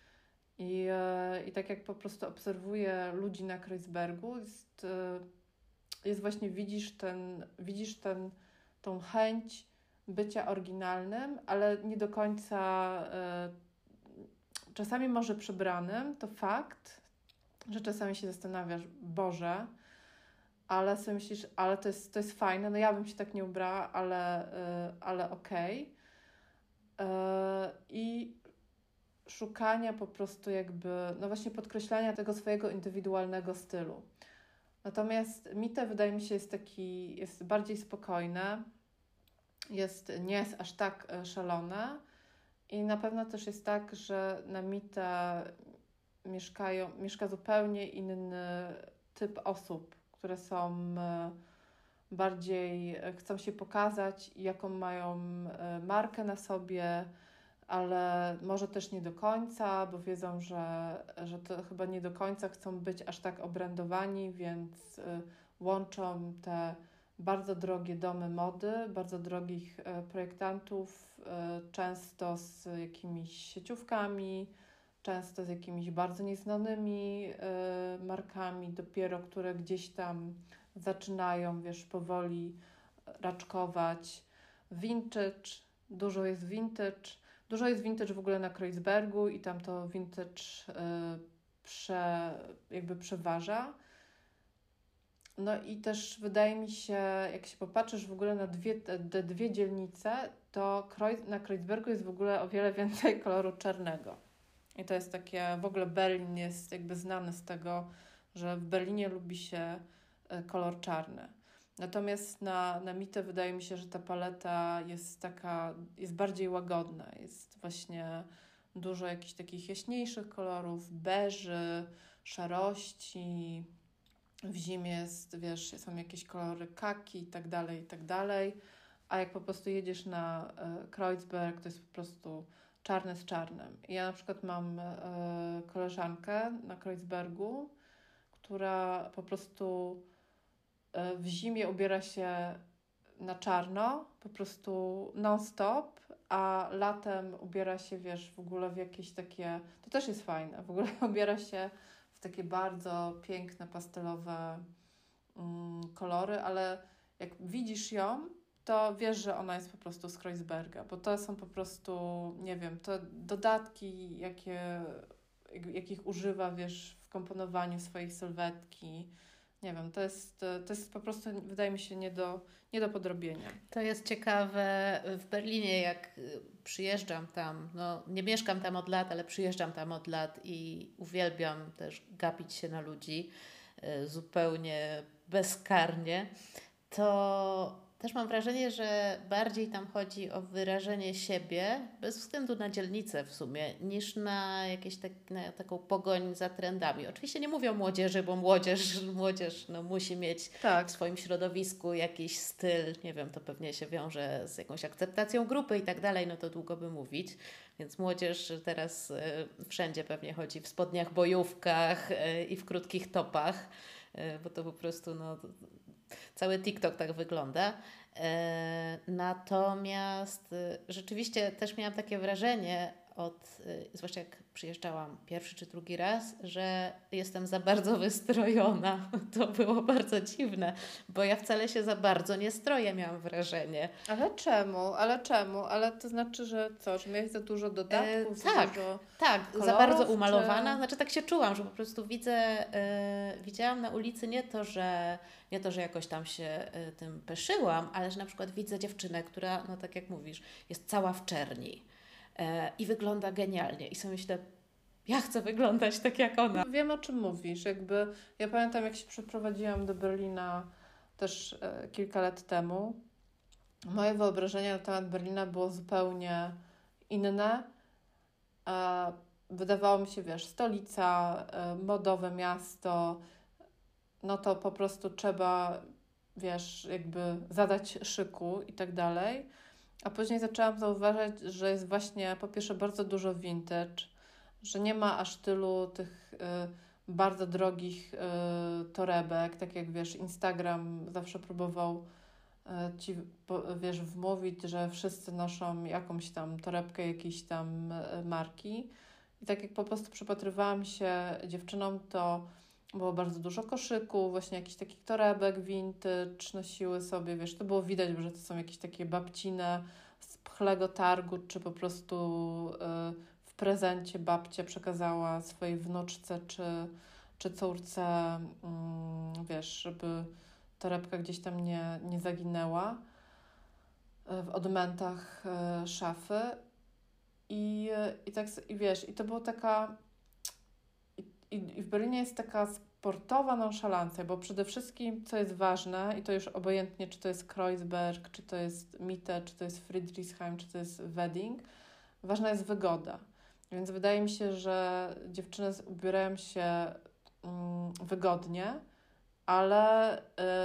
I tak jak po prostu obserwuję ludzi na Kreuzbergu, jest właśnie widzisz tą chęć bycia oryginalnym, ale nie do końca czasami może przebranym, to fakt, że czasami się zastanawiasz, Boże, ale sobie myślisz, ale to jest fajne, no ja bym się tak nie ubrała, ale okej. I szukania po prostu jakby, no właśnie podkreślania tego swojego indywidualnego stylu. Natomiast Mitte wydaje mi się jest bardziej spokojne, nie jest aż tak szalone i na pewno też jest tak, że na Mitte mieszka zupełnie inny typ osób, które są bardziej, chcą się pokazać, jaką mają markę na sobie, ale może też nie do końca, bo wiedzą, że to chyba nie do końca chcą być aż tak obrandowani, więc łączą te bardzo drogie domy mody, bardzo drogich projektantów, często z jakimiś sieciówkami, często z jakimiś bardzo nieznanymi markami, dopiero które gdzieś tam zaczynają, wiesz, powoli raczkować. Vintage, dużo jest vintage w ogóle na Kreuzbergu i tam to vintage jakby przeważa. No i też wydaje mi się, jak się popatrzysz w ogóle na te dwie dzielnice, to na Kreuzbergu jest w ogóle o wiele więcej koloru czarnego. I to jest takie, w ogóle Berlin jest jakby znany z tego, że w Berlinie lubi się kolor czarny. Natomiast na Mitte wydaje mi się, że ta paleta jest taka, jest bardziej łagodna. Jest właśnie dużo jakichś takich jaśniejszych kolorów, beży, szarości. W zimie jest, wiesz, są jakieś kolory kaki i tak dalej, i tak dalej. A jak po prostu jedziesz na Kreuzberg, to jest po prostu czarne z czarnym. Ja na przykład mam koleżankę na Kreuzbergu, która po prostu w zimie ubiera się na czarno, po prostu non-stop, a latem ubiera się, wiesz, w ogóle w jakieś takie, to też jest fajne, w ogóle ubiera się w takie bardzo piękne, pastelowe kolory, ale jak widzisz ją, to wiesz, że ona jest po prostu z Kreuzberga, bo to są po prostu, nie wiem, to dodatki, jakich używa, wiesz, w komponowaniu swojej sylwetki. Nie wiem, to jest po prostu, wydaje mi się, nie do podrobienia. To jest ciekawe w Berlinie, jak przyjeżdżam tam, no nie mieszkam tam od lat, ale przyjeżdżam tam od lat i uwielbiam też gapić się na ludzi zupełnie bezkarnie, to też mam wrażenie, że bardziej tam chodzi o wyrażenie siebie, bez względu na dzielnicę w sumie, niż na na taką pogoń za trendami. Oczywiście nie mówię o młodzieży, bo młodzież no, musi mieć Tak. w swoim środowisku jakiś styl, nie wiem, to pewnie się wiąże z jakąś akceptacją grupy i tak dalej, no to długo by mówić. Więc młodzież teraz wszędzie pewnie chodzi w spodniach, bojówkach i w krótkich topach, bo to po prostu no, cały TikTok tak wygląda. Natomiast rzeczywiście też miałam takie wrażenie zwłaszcza jak przyjeżdżałam pierwszy czy drugi raz, że jestem za bardzo wystrojona. To było bardzo dziwne, bo ja wcale się za bardzo nie stroję, miałam wrażenie. Ale czemu? Ale czemu? Ale to znaczy, że co? Że miałeś za dużo dodatków? Tak, dużo tak, za kolorów, bardzo umalowana. czy... Znaczy tak się czułam, że po prostu widziałam na ulicy nie to, że jakoś tam się tym peszyłam, ale że na przykład widzę dziewczynę, która, no tak jak mówisz, jest cała w czerni i wygląda genialnie. I sobie myślę, ja chcę wyglądać tak jak ona. Wiem, o czym mówisz. Jakby ja pamiętam, jak się przeprowadziłam do Berlina też kilka lat temu. Moje wyobrażenie na temat Berlina było zupełnie inne. Wydawało mi się, wiesz, stolica, modowe miasto, no to po prostu trzeba, wiesz, jakby zadać szyku i tak dalej. A później zaczęłam zauważać, że jest właśnie po pierwsze bardzo dużo vintage, że nie ma aż tylu tych bardzo drogich torebek, tak jak wiesz, Instagram zawsze próbował ci, wiesz, wmówić, że wszyscy noszą jakąś tam torebkę jakiejś tam marki. I tak jak po prostu przypatrywałam się dziewczynom, to było bardzo dużo koszyków, właśnie jakichś takich torebek vintage, nosiły sobie, wiesz, to było widać, że to są jakieś takie babcine z pchlego targu, czy po prostu w prezencie babcia przekazała swojej wnuczce, czy córce, wiesz, żeby torebka gdzieś tam nie zaginęła w odmętach szafy. I wiesz, i to było taka... I w Berlinie jest taka sportowa nonszalancja, bo przede wszystkim, co jest ważne, i to już obojętnie, czy to jest Kreuzberg, czy to jest Mitte, czy to jest Friedrichshain, czy to jest Wedding, ważna jest wygoda. Więc wydaje mi się, że dziewczyny ubierają się wygodnie, ale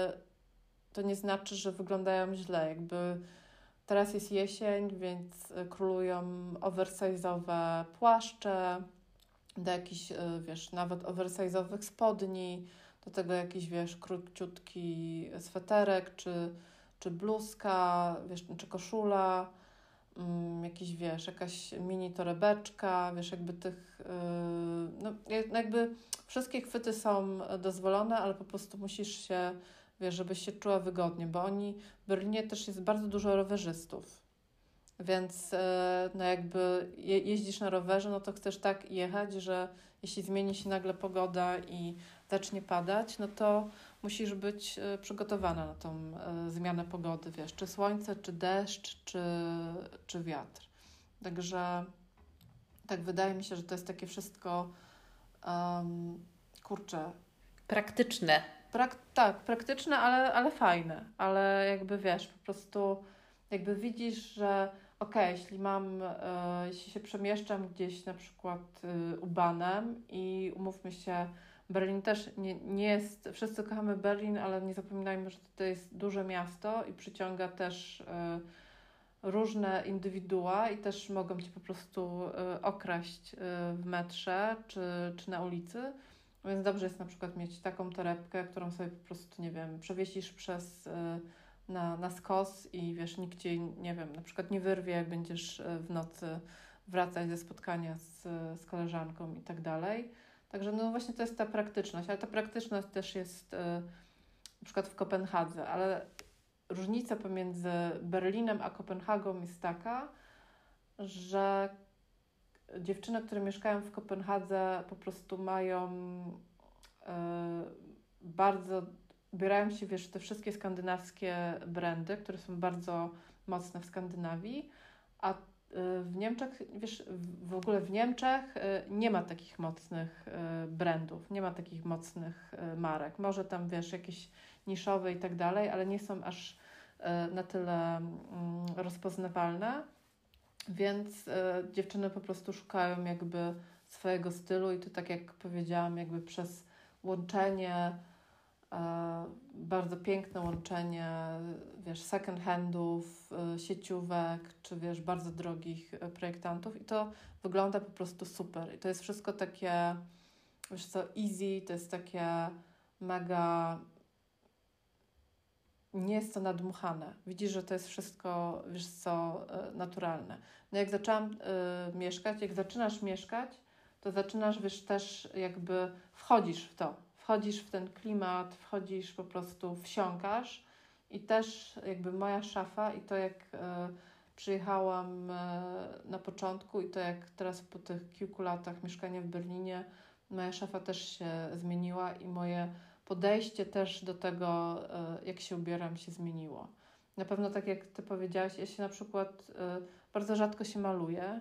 to nie znaczy, że wyglądają źle. Jakby teraz jest jesień, więc królują oversize'owe płaszcze, do jakichś, wiesz, nawet oversize'owych spodni, do tego jakiś, wiesz, króciutki sweterek, czy bluzka, wiesz, czy koszula, jakiś, wiesz, jakaś mini torebeczka, wiesz, jakby tych, no jakby wszystkie chwyty są dozwolone, ale po prostu musisz się, wiesz, żebyś się czuła wygodnie, bo w Berlinie też jest bardzo dużo rowerzystów. Więc no jakby jeździsz na rowerze, no to chcesz tak jechać, że jeśli zmieni się nagle pogoda i zacznie padać, no to musisz być przygotowana na tą zmianę pogody, wiesz, czy słońce, czy deszcz, czy wiatr. Także tak wydaje mi się, że to jest takie wszystko, kurczę, Praktyczne. tak, praktyczne, ale fajne. Ale jakby wiesz, po prostu jakby widzisz, że okej, jeśli się przemieszczam gdzieś na przykład ubanem i umówmy się, Berlin też nie jest, wszyscy kochamy Berlin, ale nie zapominajmy, że to jest duże miasto i przyciąga też różne indywidua i też mogą Cię po prostu okraść w metrze czy na ulicy. Więc dobrze jest na przykład mieć taką torebkę, którą sobie po prostu, nie wiem, przewiesisz na skos i wiesz, nikt Cię, nie wiem, na przykład nie wyrwie, jak będziesz w nocy wracać ze spotkania z koleżanką i tak dalej. Także no właśnie to jest ta praktyczność, ale ta praktyczność też jest na przykład w Kopenhadze, ale różnica pomiędzy Berlinem a Kopenhagą jest taka, że dziewczyny, które mieszkają w Kopenhadze, po prostu mają ubierają się, wiesz, te wszystkie skandynawskie brandy, które są bardzo mocne w Skandynawii, a w Niemczech, wiesz, w ogóle w Niemczech nie ma takich mocnych brandów, nie ma takich mocnych marek. Może tam, wiesz, jakieś niszowe i tak dalej, ale nie są aż na tyle rozpoznawalne. Więc dziewczyny po prostu szukają jakby swojego stylu i to tak jak powiedziałam, jakby przez łączenie, bardzo piękne łączenie, wiesz, second handów, sieciówek, czy wiesz, bardzo drogich projektantów i to wygląda po prostu super. I to jest wszystko takie, wiesz co, easy, to jest takie mega, nie jest to nadmuchane. Widzisz, że to jest wszystko, wiesz co, naturalne. No jak jak zaczynasz mieszkać, to zaczynasz, wiesz, też jakby wchodzisz w to. Wchodzisz w ten klimat, wchodzisz po prostu, wsiąkasz i też jakby moja szafa i to jak przyjechałam na początku i to jak teraz po tych kilku latach mieszkania w Berlinie, moja szafa też się zmieniła i moje podejście też do tego, jak się ubieram, się zmieniło. Na pewno tak jak Ty powiedziałaś, ja się na przykład bardzo rzadko się maluję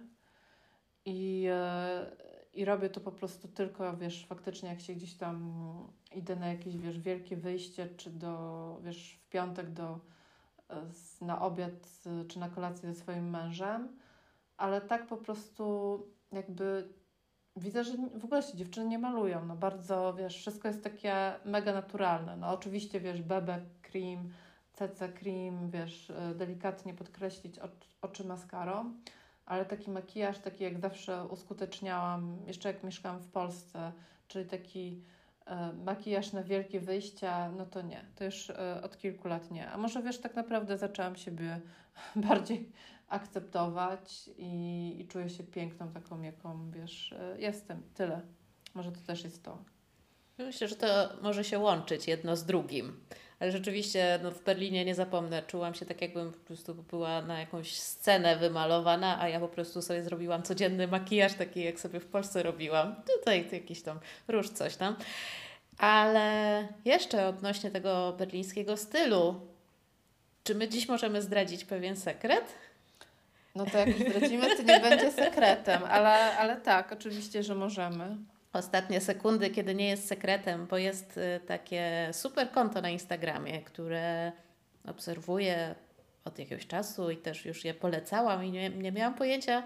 i robię to po prostu tylko, wiesz, faktycznie jak się gdzieś tam idę na jakieś, wiesz, wielkie wyjście, czy wiesz, w piątek na obiad, czy na kolację ze swoim mężem, ale tak po prostu jakby widzę, że w ogóle się dziewczyny nie malują, no bardzo, wiesz, wszystko jest takie mega naturalne. No oczywiście, wiesz, BB cream, CC cream, wiesz, delikatnie podkreślić oczy maskarą, ale taki makijaż, taki jak zawsze uskuteczniałam, jeszcze jak mieszkałam w Polsce, czyli taki makijaż na wielkie wyjścia, no to nie, to już od kilku lat nie. A może, wiesz, tak naprawdę zaczęłam siebie bardziej akceptować i czuję się piękną taką, jaką, wiesz, jestem. Tyle. Może to też jest to. Myślę, że to może się łączyć jedno z drugim. Ale rzeczywiście no, w Berlinie nie zapomnę, czułam się tak, jakbym po prostu była na jakąś scenę wymalowana, a ja po prostu sobie zrobiłam codzienny makijaż, taki jak sobie w Polsce robiłam. Tutaj jakiś tam róż, coś tam. Ale jeszcze odnośnie tego berlińskiego stylu, czy my dziś możemy zdradzić pewien sekret? No to jak już zdradzimy, to nie będzie sekretem, ale tak, oczywiście, że możemy. Ostatnie sekundy, kiedy nie jest sekretem, bo jest takie super konto na Instagramie, które obserwuję od jakiegoś czasu i też już je polecałam i nie miałam pojęcia,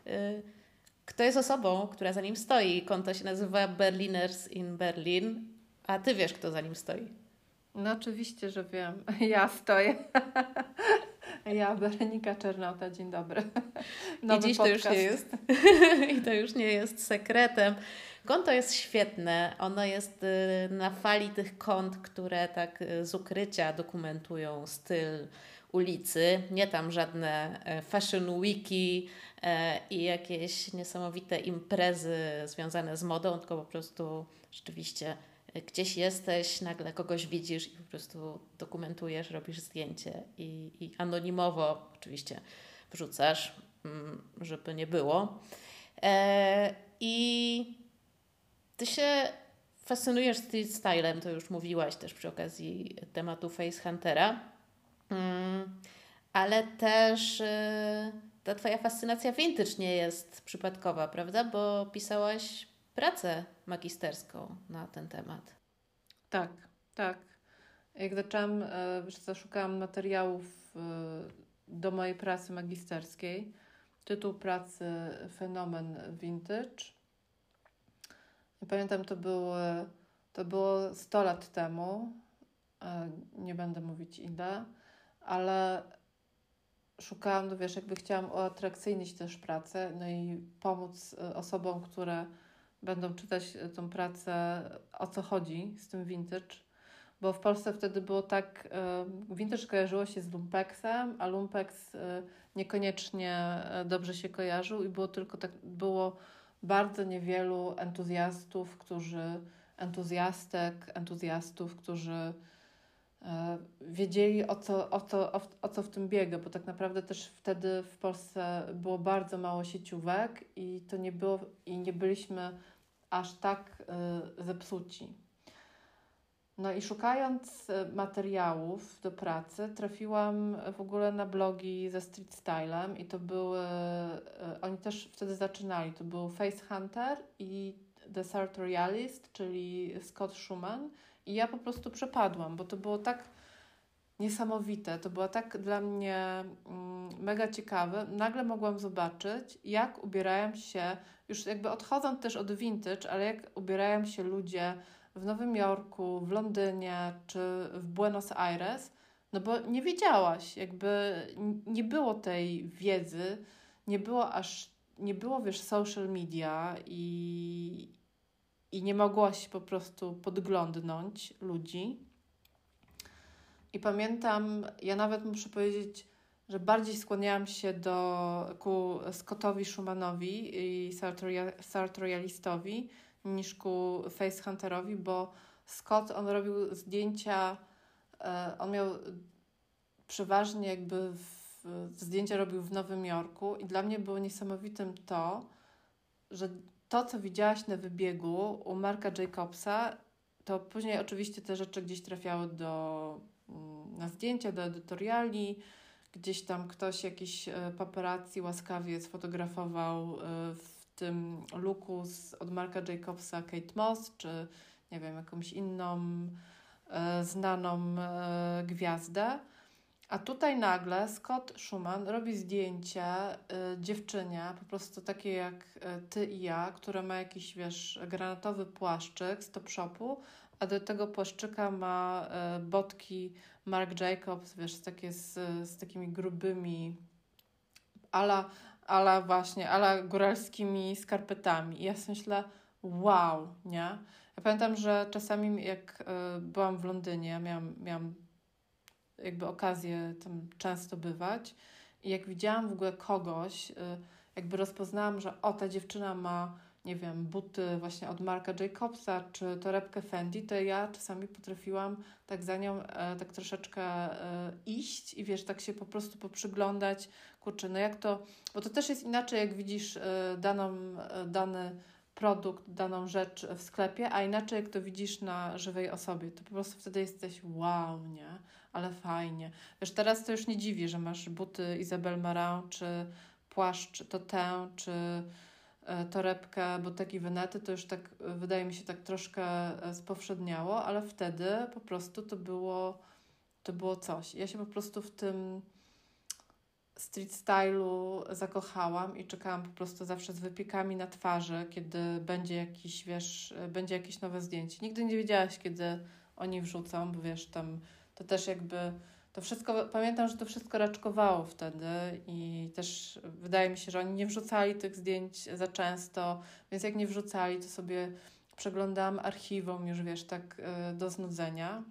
kto jest osobą, która za nim stoi. Konto się nazywa Berliners in Berlin, a Ty wiesz, kto za nim stoi. No oczywiście, że wiem. Ja stoję. Ja, Berenika Czernota, dzień dobry. Nowy I dziś podcast. To już nie jest. I to już nie jest sekretem. Konto jest świetne. Ono jest na fali tych kont, które tak z ukrycia dokumentują styl ulicy. Nie tam żadne fashion weeki i jakieś niesamowite imprezy związane z modą, tylko po prostu rzeczywiście gdzieś jesteś, nagle kogoś widzisz i po prostu dokumentujesz, robisz zdjęcie i anonimowo oczywiście wrzucasz, żeby nie było. I ty się fascynujesz street stylem, to już mówiłaś też przy okazji tematu Face Huntera, ale też ta twoja fascynacja vintage nie jest przypadkowa, prawda? Bo pisałaś pracę magisterską na ten temat. Tak, tak. Jak zaczęłam, szukałam materiałów do mojej pracy magisterskiej. Tytuł pracy Fenomen Vintage. I pamiętam, to było 100 lat temu. Nie będę mówić ile, ale szukałam, no wiesz, jakby chciałam uatrakcyjnić też pracę, no i pomóc osobom, które będą czytać tą pracę, o co chodzi z tym vintage. Bo w Polsce wtedy było tak, vintage kojarzyło się z lumpeksem, a lumpex niekoniecznie dobrze się kojarzył i było bardzo niewielu entuzjastów, którzy wiedzieli o co w tym biega, bo tak naprawdę też wtedy w Polsce było bardzo mało sieciówek i nie byliśmy aż tak zepsuci. No i szukając materiałów do pracy, trafiłam w ogóle na blogi ze street stylem i to były, oni też wtedy zaczynali, to był Face Hunter i The Sartorialist, czyli Scott Schumann, i ja po prostu przepadłam, bo to było tak niesamowite, to było tak dla mnie mega ciekawe. Nagle mogłam zobaczyć, jak ubierają się, już jakby odchodząc też od vintage, ale jak ubierają się ludzie w Nowym Jorku, w Londynie czy w Buenos Aires, no bo nie wiedziałaś, jakby nie było tej wiedzy, nie było, wiesz, social media i nie mogłaś po prostu podglądnąć ludzi. I pamiętam, ja nawet muszę powiedzieć, że bardziej skłaniałam się ku Scottowi Schumannowi i Sartorialistowi niż ku Face Hunterowi, bo Scott, on robił zdjęcia, on miał przeważnie jakby zdjęcia robił w Nowym Jorku i dla mnie było niesamowitym to, że to, co widziałaś na wybiegu u Marka Jacobsa, to później oczywiście te rzeczy gdzieś trafiały na zdjęcia, do edytoriali, gdzieś tam ktoś, jakiś paparazzi łaskawie sfotografował w tym looku od Marka Jacobsa Kate Moss, czy nie wiem, jakąś inną znaną gwiazdę. A tutaj nagle Scott Schumann robi zdjęcie dziewczynie, po prostu takiej jak ty i ja, która ma jakiś, wiesz, granatowy płaszczyk z Topshopu, a do tego płaszczyka ma botki Marc Jacobs, wiesz, z takimi grubymi ala góralskimi skarpetami. I ja sobie myślę, wow, nie? Ja pamiętam, że czasami jak byłam w Londynie, miałam jakby okazję tam często bywać i jak widziałam w ogóle kogoś, jakby rozpoznałam, że ta dziewczyna ma, nie wiem, buty właśnie od Marca Jacobsa czy torebkę Fendi, to ja czasami potrafiłam tak za nią tak troszeczkę iść i wiesz, tak się po prostu poprzyglądać, kurczę, no jak to, bo to też jest inaczej, jak widzisz dany produkt, daną rzecz w sklepie, a inaczej jak to widzisz na żywej osobie, to po prostu wtedy jesteś wow, nie? Ale fajnie. Wiesz, teraz to już nie dziwi, że masz buty Isabel Marant, czy płaszcz Totę, czy torebkę Bottegi Venety, to już tak, wydaje mi się, tak troszkę spowszedniało, ale wtedy po prostu to było coś. Ja się po prostu w tym street stylu zakochałam i czekałam po prostu zawsze z wypiekami na twarzy, kiedy będzie jakieś nowe zdjęcie. Nigdy nie wiedziałaś, kiedy oni wrzucą, bo wiesz, tam to też jakby to wszystko, pamiętam, że to wszystko raczkowało wtedy i też wydaje mi się, że oni nie wrzucali tych zdjęć za często, więc jak nie wrzucali, to sobie przeglądałam archiwum już, wiesz, tak do znudzenia.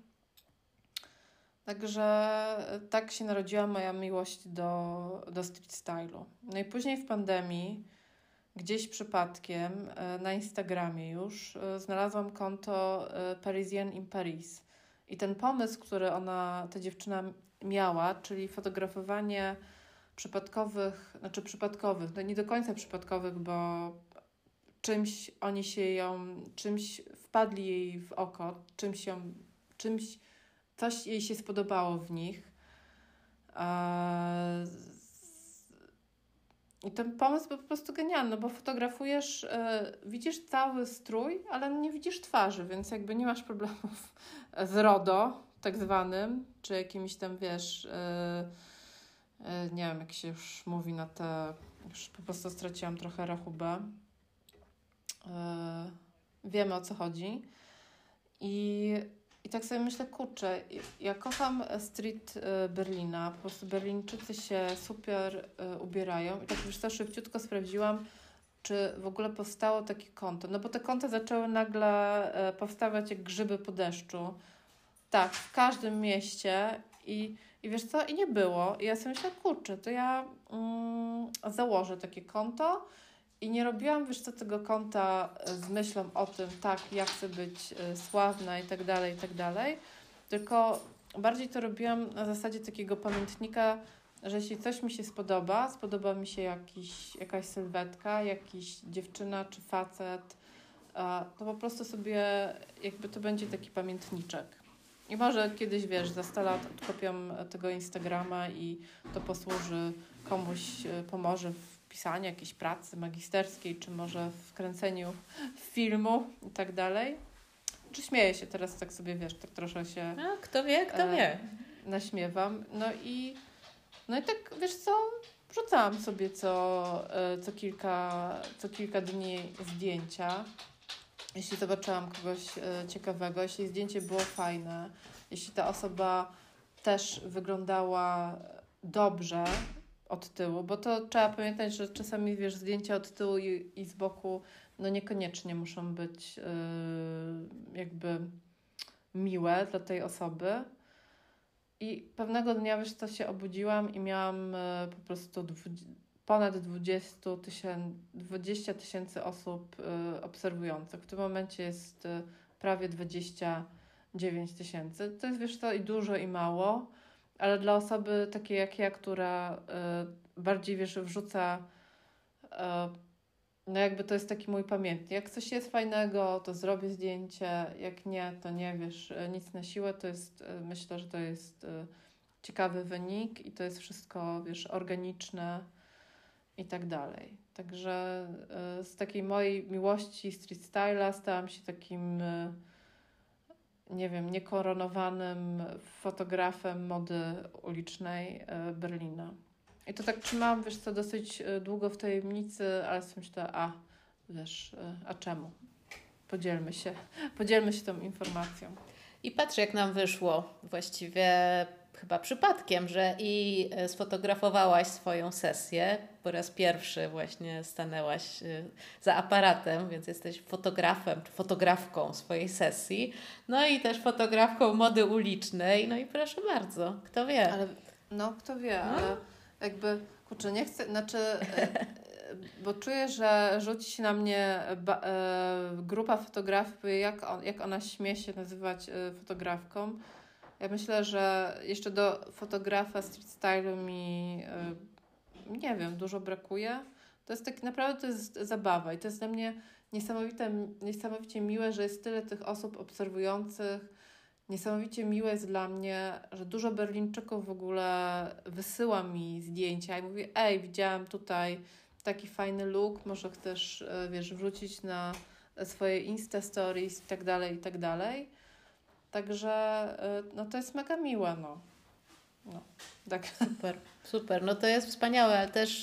Także tak się narodziła moja miłość do street stylu. No i później w pandemii, gdzieś przypadkiem na Instagramie już znalazłam konto Parisienne in Paris. I ten pomysł, który ta dziewczyna miała, czyli fotografowanie przypadkowych, no nie do końca przypadkowych, bo czymś wpadli jej w oko, coś jej się spodobało w nich. I ten pomysł był po prostu genialny, bo fotografujesz, widzisz cały strój, ale nie widzisz twarzy, więc jakby nie masz problemów z RODO, tak zwanym, czy jakimiś tam, wiesz, nie wiem, jak się już mówi na te, już po prostu straciłam trochę rachubę. Wiemy, o co chodzi. I tak sobie myślę, kurczę, ja kocham street Berlina, po prostu Berlińczycy się super ubierają i tak już to szybciutko sprawdziłam, czy w ogóle powstało takie konto, no bo te konta zaczęły nagle powstawać jak grzyby po deszczu, tak, w każdym mieście i wiesz co, i nie było. I ja sobie myślę, kurczę, to ja założę takie konto. I nie robiłam, wiesz co, tego konta z myślą o tym, tak, ja chcę być sławna i tak dalej, tylko bardziej to robiłam na zasadzie takiego pamiętnika, że jeśli coś mi się spodoba mi się jakaś sylwetka, jakiś dziewczyna czy facet, to po prostu sobie jakby to będzie taki pamiętniczek. I może kiedyś, wiesz, za 100 lat odkopiam tego Instagrama i to posłuży komuś, pomoże w pisaniu jakiejś pracy magisterskiej, czy może w kręceniu filmu i tak dalej. Czy śmieję się teraz, tak sobie, wiesz, tak troszkę się... No, kto wie. Naśmiewam. No i tak, wiesz co, wrzucałam sobie co kilka dni zdjęcia. Jeśli zobaczyłam kogoś ciekawego, jeśli zdjęcie było fajne, jeśli ta osoba też wyglądała dobrze od tyłu, bo to trzeba pamiętać, że czasami, wiesz, zdjęcia od tyłu i z boku no niekoniecznie muszą być jakby miłe dla tej osoby. I pewnego dnia, wiesz co, się obudziłam i miałam po prostu ponad 20 tysięcy osób obserwujących. W tym momencie jest prawie 29 tysięcy. To jest, wiesz co, i dużo, i mało, ale dla osoby takiej jak ja, która bardziej, wiesz, wrzuca, no jakby to jest taki mój pamiętnik. Jak coś jest fajnego, to zrobię zdjęcie, jak nie, to nie, wiesz, nic na siłę. To jest, myślę, że to jest ciekawy wynik i to jest wszystko, wiesz, organiczne i tak dalej. Także z takiej mojej miłości street styla stałam się takim, nie wiem, niekoronowanym fotografem mody ulicznej Berlina. I to tak trzymałam, wiesz co, dosyć długo w tajemnicy, ale sobie myślę, a czemu? Podzielmy się tą informacją. I patrz, jak nam wyszło, właściwie chyba przypadkiem, że i sfotografowałaś swoją sesję. Po raz pierwszy właśnie stanęłaś za aparatem, więc jesteś fotografem czy fotografką swojej sesji. No i też fotografką mody ulicznej. No i proszę bardzo, kto wie. Ale, kto wie, ale jakby, kurczę, nie chcę, bo czuję, że rzuci się na mnie grupa fotografów, jak ona śmie się nazywać fotografką. Ja myślę, że jeszcze do fotografa street stylu mi, nie wiem, dużo brakuje. To jest tak naprawdę, to jest zabawa i to jest dla mnie niesamowicie miłe, że jest tyle tych osób obserwujących. Niesamowicie miłe jest dla mnie, że dużo Berlińczyków w ogóle wysyła mi zdjęcia i mówi, widziałam tutaj taki fajny look, może chcesz, wiesz, wrzucić na swoje Insta Stories i tak dalej, i tak dalej. Także to jest mega miłe, tak. Super. No to jest wspaniałe, ale też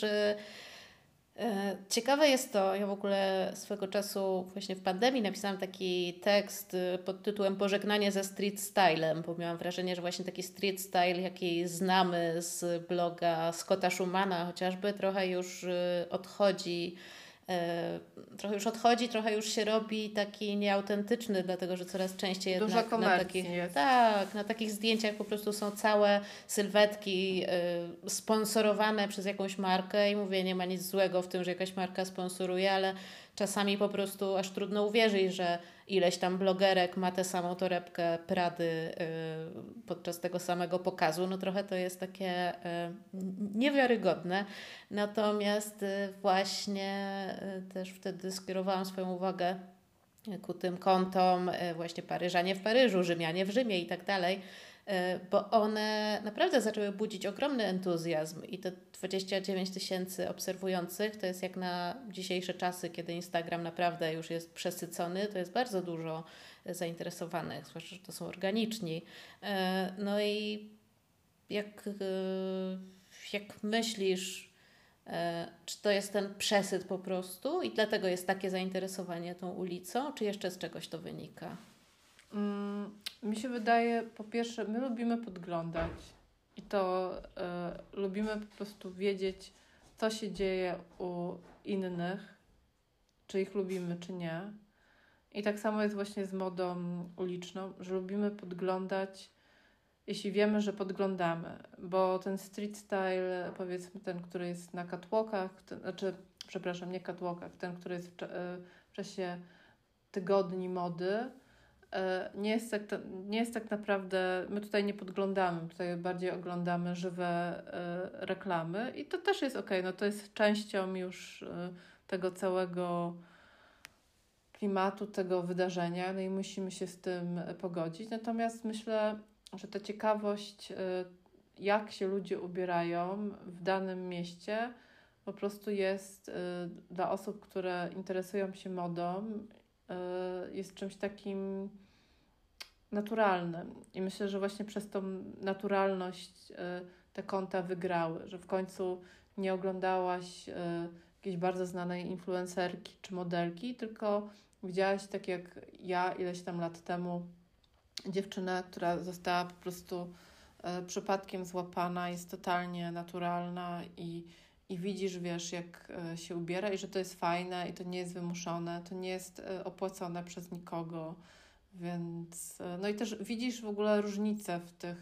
ciekawe jest to, ja w ogóle swego czasu właśnie w pandemii napisałam taki tekst pod tytułem Pożegnanie ze street stylem, bo miałam wrażenie, że właśnie taki street style, jaki znamy z bloga Scotta Schumana chociażby, trochę już odchodzi, trochę już się robi taki nieautentyczny, dlatego że coraz częściej jednak na takich zdjęciach po prostu są całe sylwetki sponsorowane przez jakąś markę i mówię, nie ma nic złego w tym, że jakaś marka sponsoruje, ale czasami po prostu aż trudno uwierzyć, że ileś tam blogerek ma tę samą torebkę Prady podczas tego samego pokazu. No trochę to jest takie niewiarygodne. Natomiast właśnie też wtedy skierowałam swoją uwagę ku tym kontom właśnie Paryżanie w Paryżu, Rzymianie w Rzymie i tak dalej, bo one naprawdę zaczęły budzić ogromny entuzjazm i te 29 000 obserwujących to jest jak na dzisiejsze czasy, kiedy Instagram naprawdę już jest przesycony, to jest bardzo dużo zainteresowanych, zwłaszcza, że to są organiczni. No i jak myślisz, czy to jest ten przesyt po prostu i dlatego jest takie zainteresowanie tą ulicą, czy jeszcze z czegoś to wynika? Mi się wydaje, po pierwsze, my lubimy podglądać i to lubimy po prostu wiedzieć, co się dzieje u innych, czy ich lubimy, czy nie. I tak samo jest właśnie z modą uliczną, że lubimy podglądać, jeśli wiemy, że podglądamy, bo ten street style, powiedzmy ten, który jest na catwalkach, nie catwalkach, ten, który jest w czasie tygodni mody, nie jest tak naprawdę, my tutaj nie podglądamy, tutaj bardziej oglądamy żywe reklamy i to też jest okej, no to jest częścią już tego całego klimatu, tego wydarzenia, no i musimy się z tym pogodzić. Natomiast myślę, że ta ciekawość, jak się ludzie ubierają w danym mieście, po prostu jest dla osób, które interesują się modą, jest czymś takim naturalnym. I myślę, że właśnie przez tą naturalność te konta wygrały, że w końcu nie oglądałaś jakiejś bardzo znanej influencerki czy modelki, tylko widziałaś, tak jak ja ileś tam lat temu, dziewczynę, która została po prostu przypadkiem złapana, jest totalnie naturalna i widzisz, wiesz, jak się ubiera i że to jest fajne i to nie jest wymuszone, to nie jest opłacone przez nikogo, więc no i też widzisz w ogóle różnicę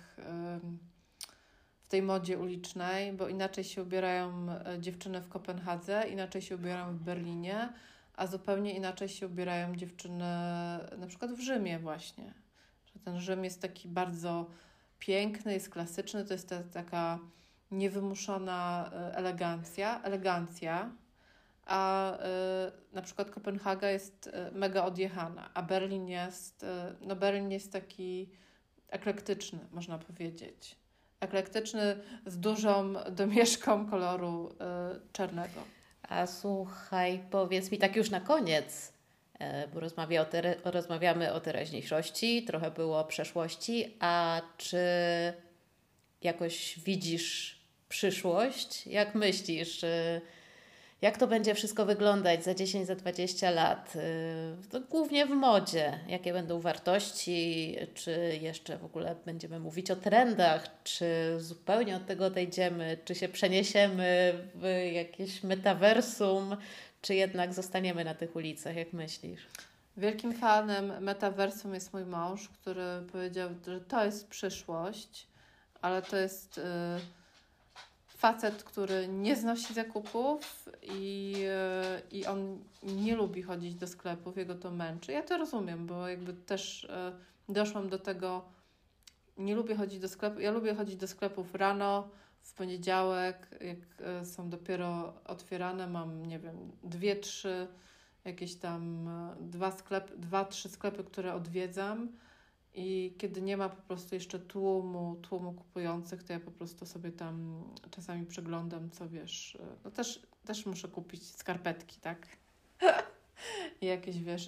w tej modzie ulicznej, bo inaczej się ubierają dziewczyny w Kopenhadze, inaczej się ubierają w Berlinie, a zupełnie inaczej się ubierają dziewczyny na przykład w Rzymie właśnie. Że ten Rzym jest taki bardzo piękny, jest klasyczny, to jest taka niewymuszona elegancja, a na przykład Kopenhaga jest mega odjechana, a Berlin jest taki eklektyczny, można powiedzieć. Eklektyczny z dużą domieszką koloru czarnego. A słuchaj, powiedz mi tak już na koniec, bo rozmawiamy o teraźniejszości, trochę było o przeszłości, a czy jakoś widzisz przyszłość? Jak myślisz, jak to będzie wszystko wyglądać za 10, za 20 lat? To głównie w modzie. Jakie będą wartości? Czy jeszcze w ogóle będziemy mówić o trendach? Czy zupełnie od tego odejdziemy? Czy się przeniesiemy w jakieś metaversum? Czy jednak zostaniemy na tych ulicach? Jak myślisz? Wielkim fanem metaversum jest mój mąż, który powiedział, że to jest przyszłość, ale to jest facet, który nie znosi zakupów i on nie lubi chodzić do sklepów, jego to męczy. Ja to rozumiem, bo jakby też doszłam do tego, nie lubię chodzić do sklepu. Ja lubię chodzić do sklepów rano, w poniedziałek, jak są dopiero otwierane, mam, nie wiem, 2-3 jakieś tam 2-3 sklepy, które odwiedzam. I kiedy nie ma po prostu jeszcze tłumu kupujących, to ja po prostu sobie tam czasami przeglądam, co wiesz. No też muszę kupić skarpetki, tak? I jakieś, wiesz,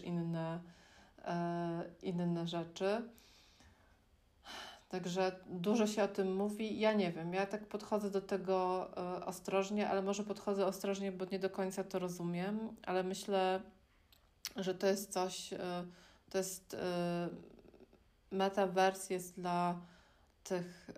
inne rzeczy. Także dużo się o tym mówi. Ja nie wiem, ja tak podchodzę do tego ostrożnie, ale może podchodzę ostrożnie, bo nie do końca to rozumiem, ale myślę, że to jest coś, to jest metaverse jest dla tych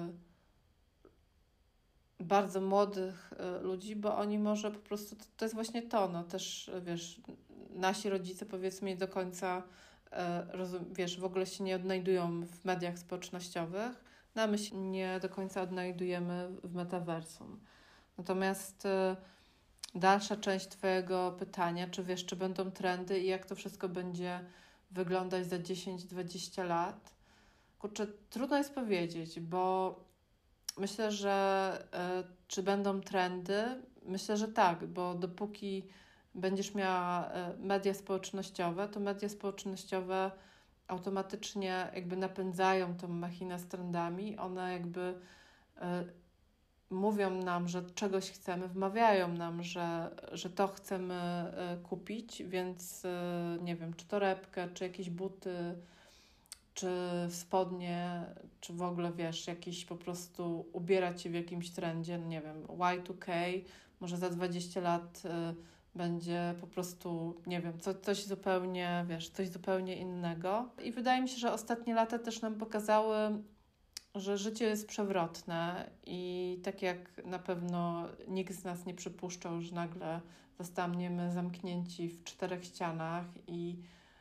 bardzo młodych ludzi, bo oni może po prostu, to jest właśnie to, no też, wiesz, nasi rodzice powiedzmy nie do końca wiesz, w ogóle się nie odnajdują w mediach społecznościowych, no a my się nie do końca odnajdujemy w metaversum. Natomiast dalsza część Twojego pytania, czy wiesz, czy będą trendy i jak to wszystko będzie wyglądać za 10-20 lat. Kurczę, trudno jest powiedzieć, bo myślę, że czy będą trendy? Myślę, że tak, bo dopóki będziesz miała media społecznościowe, to media społecznościowe automatycznie jakby napędzają tą machinę z trendami. One jakby mówią nam, że czegoś chcemy, wmawiają nam, że to chcemy kupić, więc nie wiem, czy torebkę, czy jakieś buty, czy spodnie, czy w ogóle, wiesz, jakiś po prostu ubierać się w jakimś trendzie, nie wiem, Y2K, może za 20 lat będzie po prostu, nie wiem, coś zupełnie, wiesz, coś zupełnie innego. I wydaje mi się, że ostatnie lata też nam pokazały, że życie jest przewrotne i tak jak na pewno nikt z nas nie przypuszczał, że nagle zostaniemy zamknięci w 4 ścianach i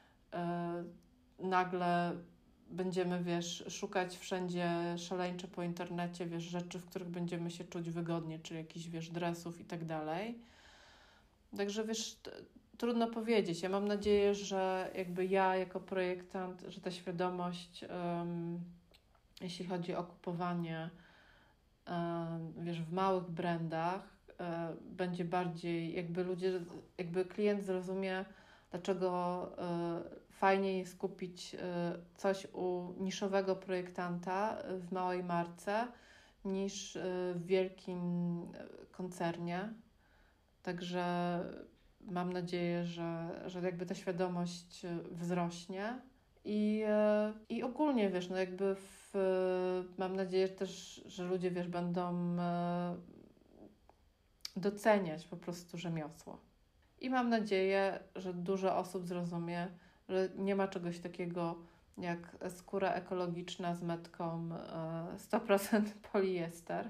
nagle będziemy, wiesz, szukać wszędzie szaleńczo po internecie, wiesz, rzeczy, w których będziemy się czuć wygodnie, czy jakichś, wiesz, dresów i tak dalej. Także, wiesz, trudno powiedzieć. Ja mam nadzieję, że jakby ja jako projektant, że ta świadomość, jeśli chodzi o kupowanie, wiesz, w małych brandach, będzie bardziej, jakby ludzie, jakby klient zrozumie, dlaczego fajnie jest kupić coś u niszowego projektanta w małej marce niż w wielkim koncernie. Także mam nadzieję, że jakby ta świadomość wzrośnie i ogólnie, wiesz, no jakby mam nadzieję też, że ludzie, wiesz, będą doceniać po prostu rzemiosło. I mam nadzieję, że dużo osób zrozumie, że nie ma czegoś takiego jak skóra ekologiczna z metką 100% poliester,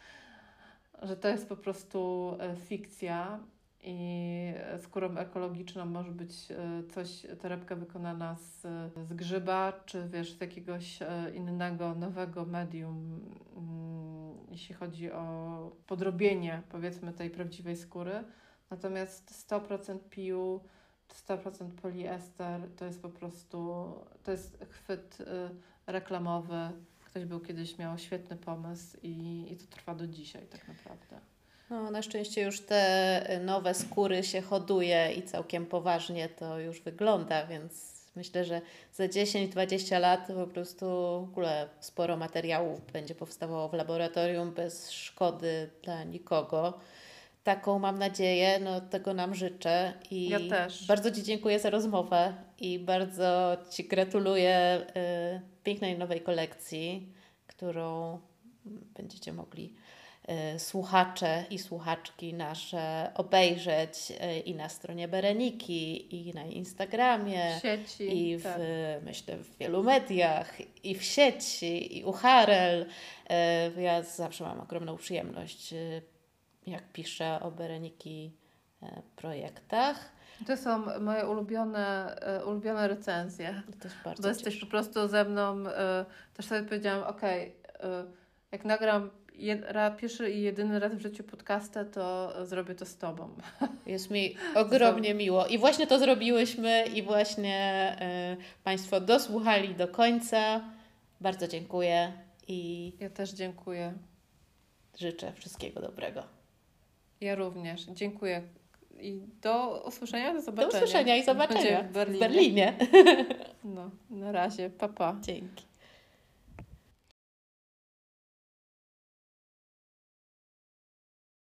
że to jest po prostu fikcja i skórą ekologiczną może być torebka wykonana z grzyba, czy wiesz, z jakiegoś innego, nowego medium, jeśli chodzi o podrobienie, powiedzmy, tej prawdziwej skóry. Natomiast 100% PU, 100% poliester to jest po prostu, to jest chwyt reklamowy. Ktoś miał świetny pomysł i to trwa do dzisiaj tak naprawdę. No, na szczęście już te nowe skóry się hoduje i całkiem poważnie to już wygląda, więc myślę, że za 10-20 lat po prostu w ogóle sporo materiałów będzie powstawało w laboratorium bez szkody dla nikogo. Taką mam nadzieję, no tego nam życzę. I ja też. Bardzo Ci dziękuję za rozmowę i bardzo Ci gratuluję pięknej nowej kolekcji, którą będziecie mogli słuchacze i słuchaczki nasze obejrzeć i na stronie Bereniki, i na Instagramie, w sieci, i tak. myślę w wielu mediach, i w sieci, i u Harel. Ja zawsze mam ogromną przyjemność, jak piszę o Bereniki projektach. To są moje ulubione recenzje. To też bardzo bo jesteś po prostu ze mną, też sobie powiedziałam, jak nagram pierwszy i jedyny raz w życiu podcasta, to zrobię to z Tobą. Jest mi ogromnie miło. I właśnie to zrobiłyśmy i właśnie Państwo dosłuchali do końca. Bardzo dziękuję i Ja też dziękuję. życzę wszystkiego dobrego. Ja również. Dziękuję. I do usłyszenia, do zobaczenia. Do usłyszenia i zobaczenia w Berlinie. w Berlinie. No, na razie. Pa, pa. Dzięki.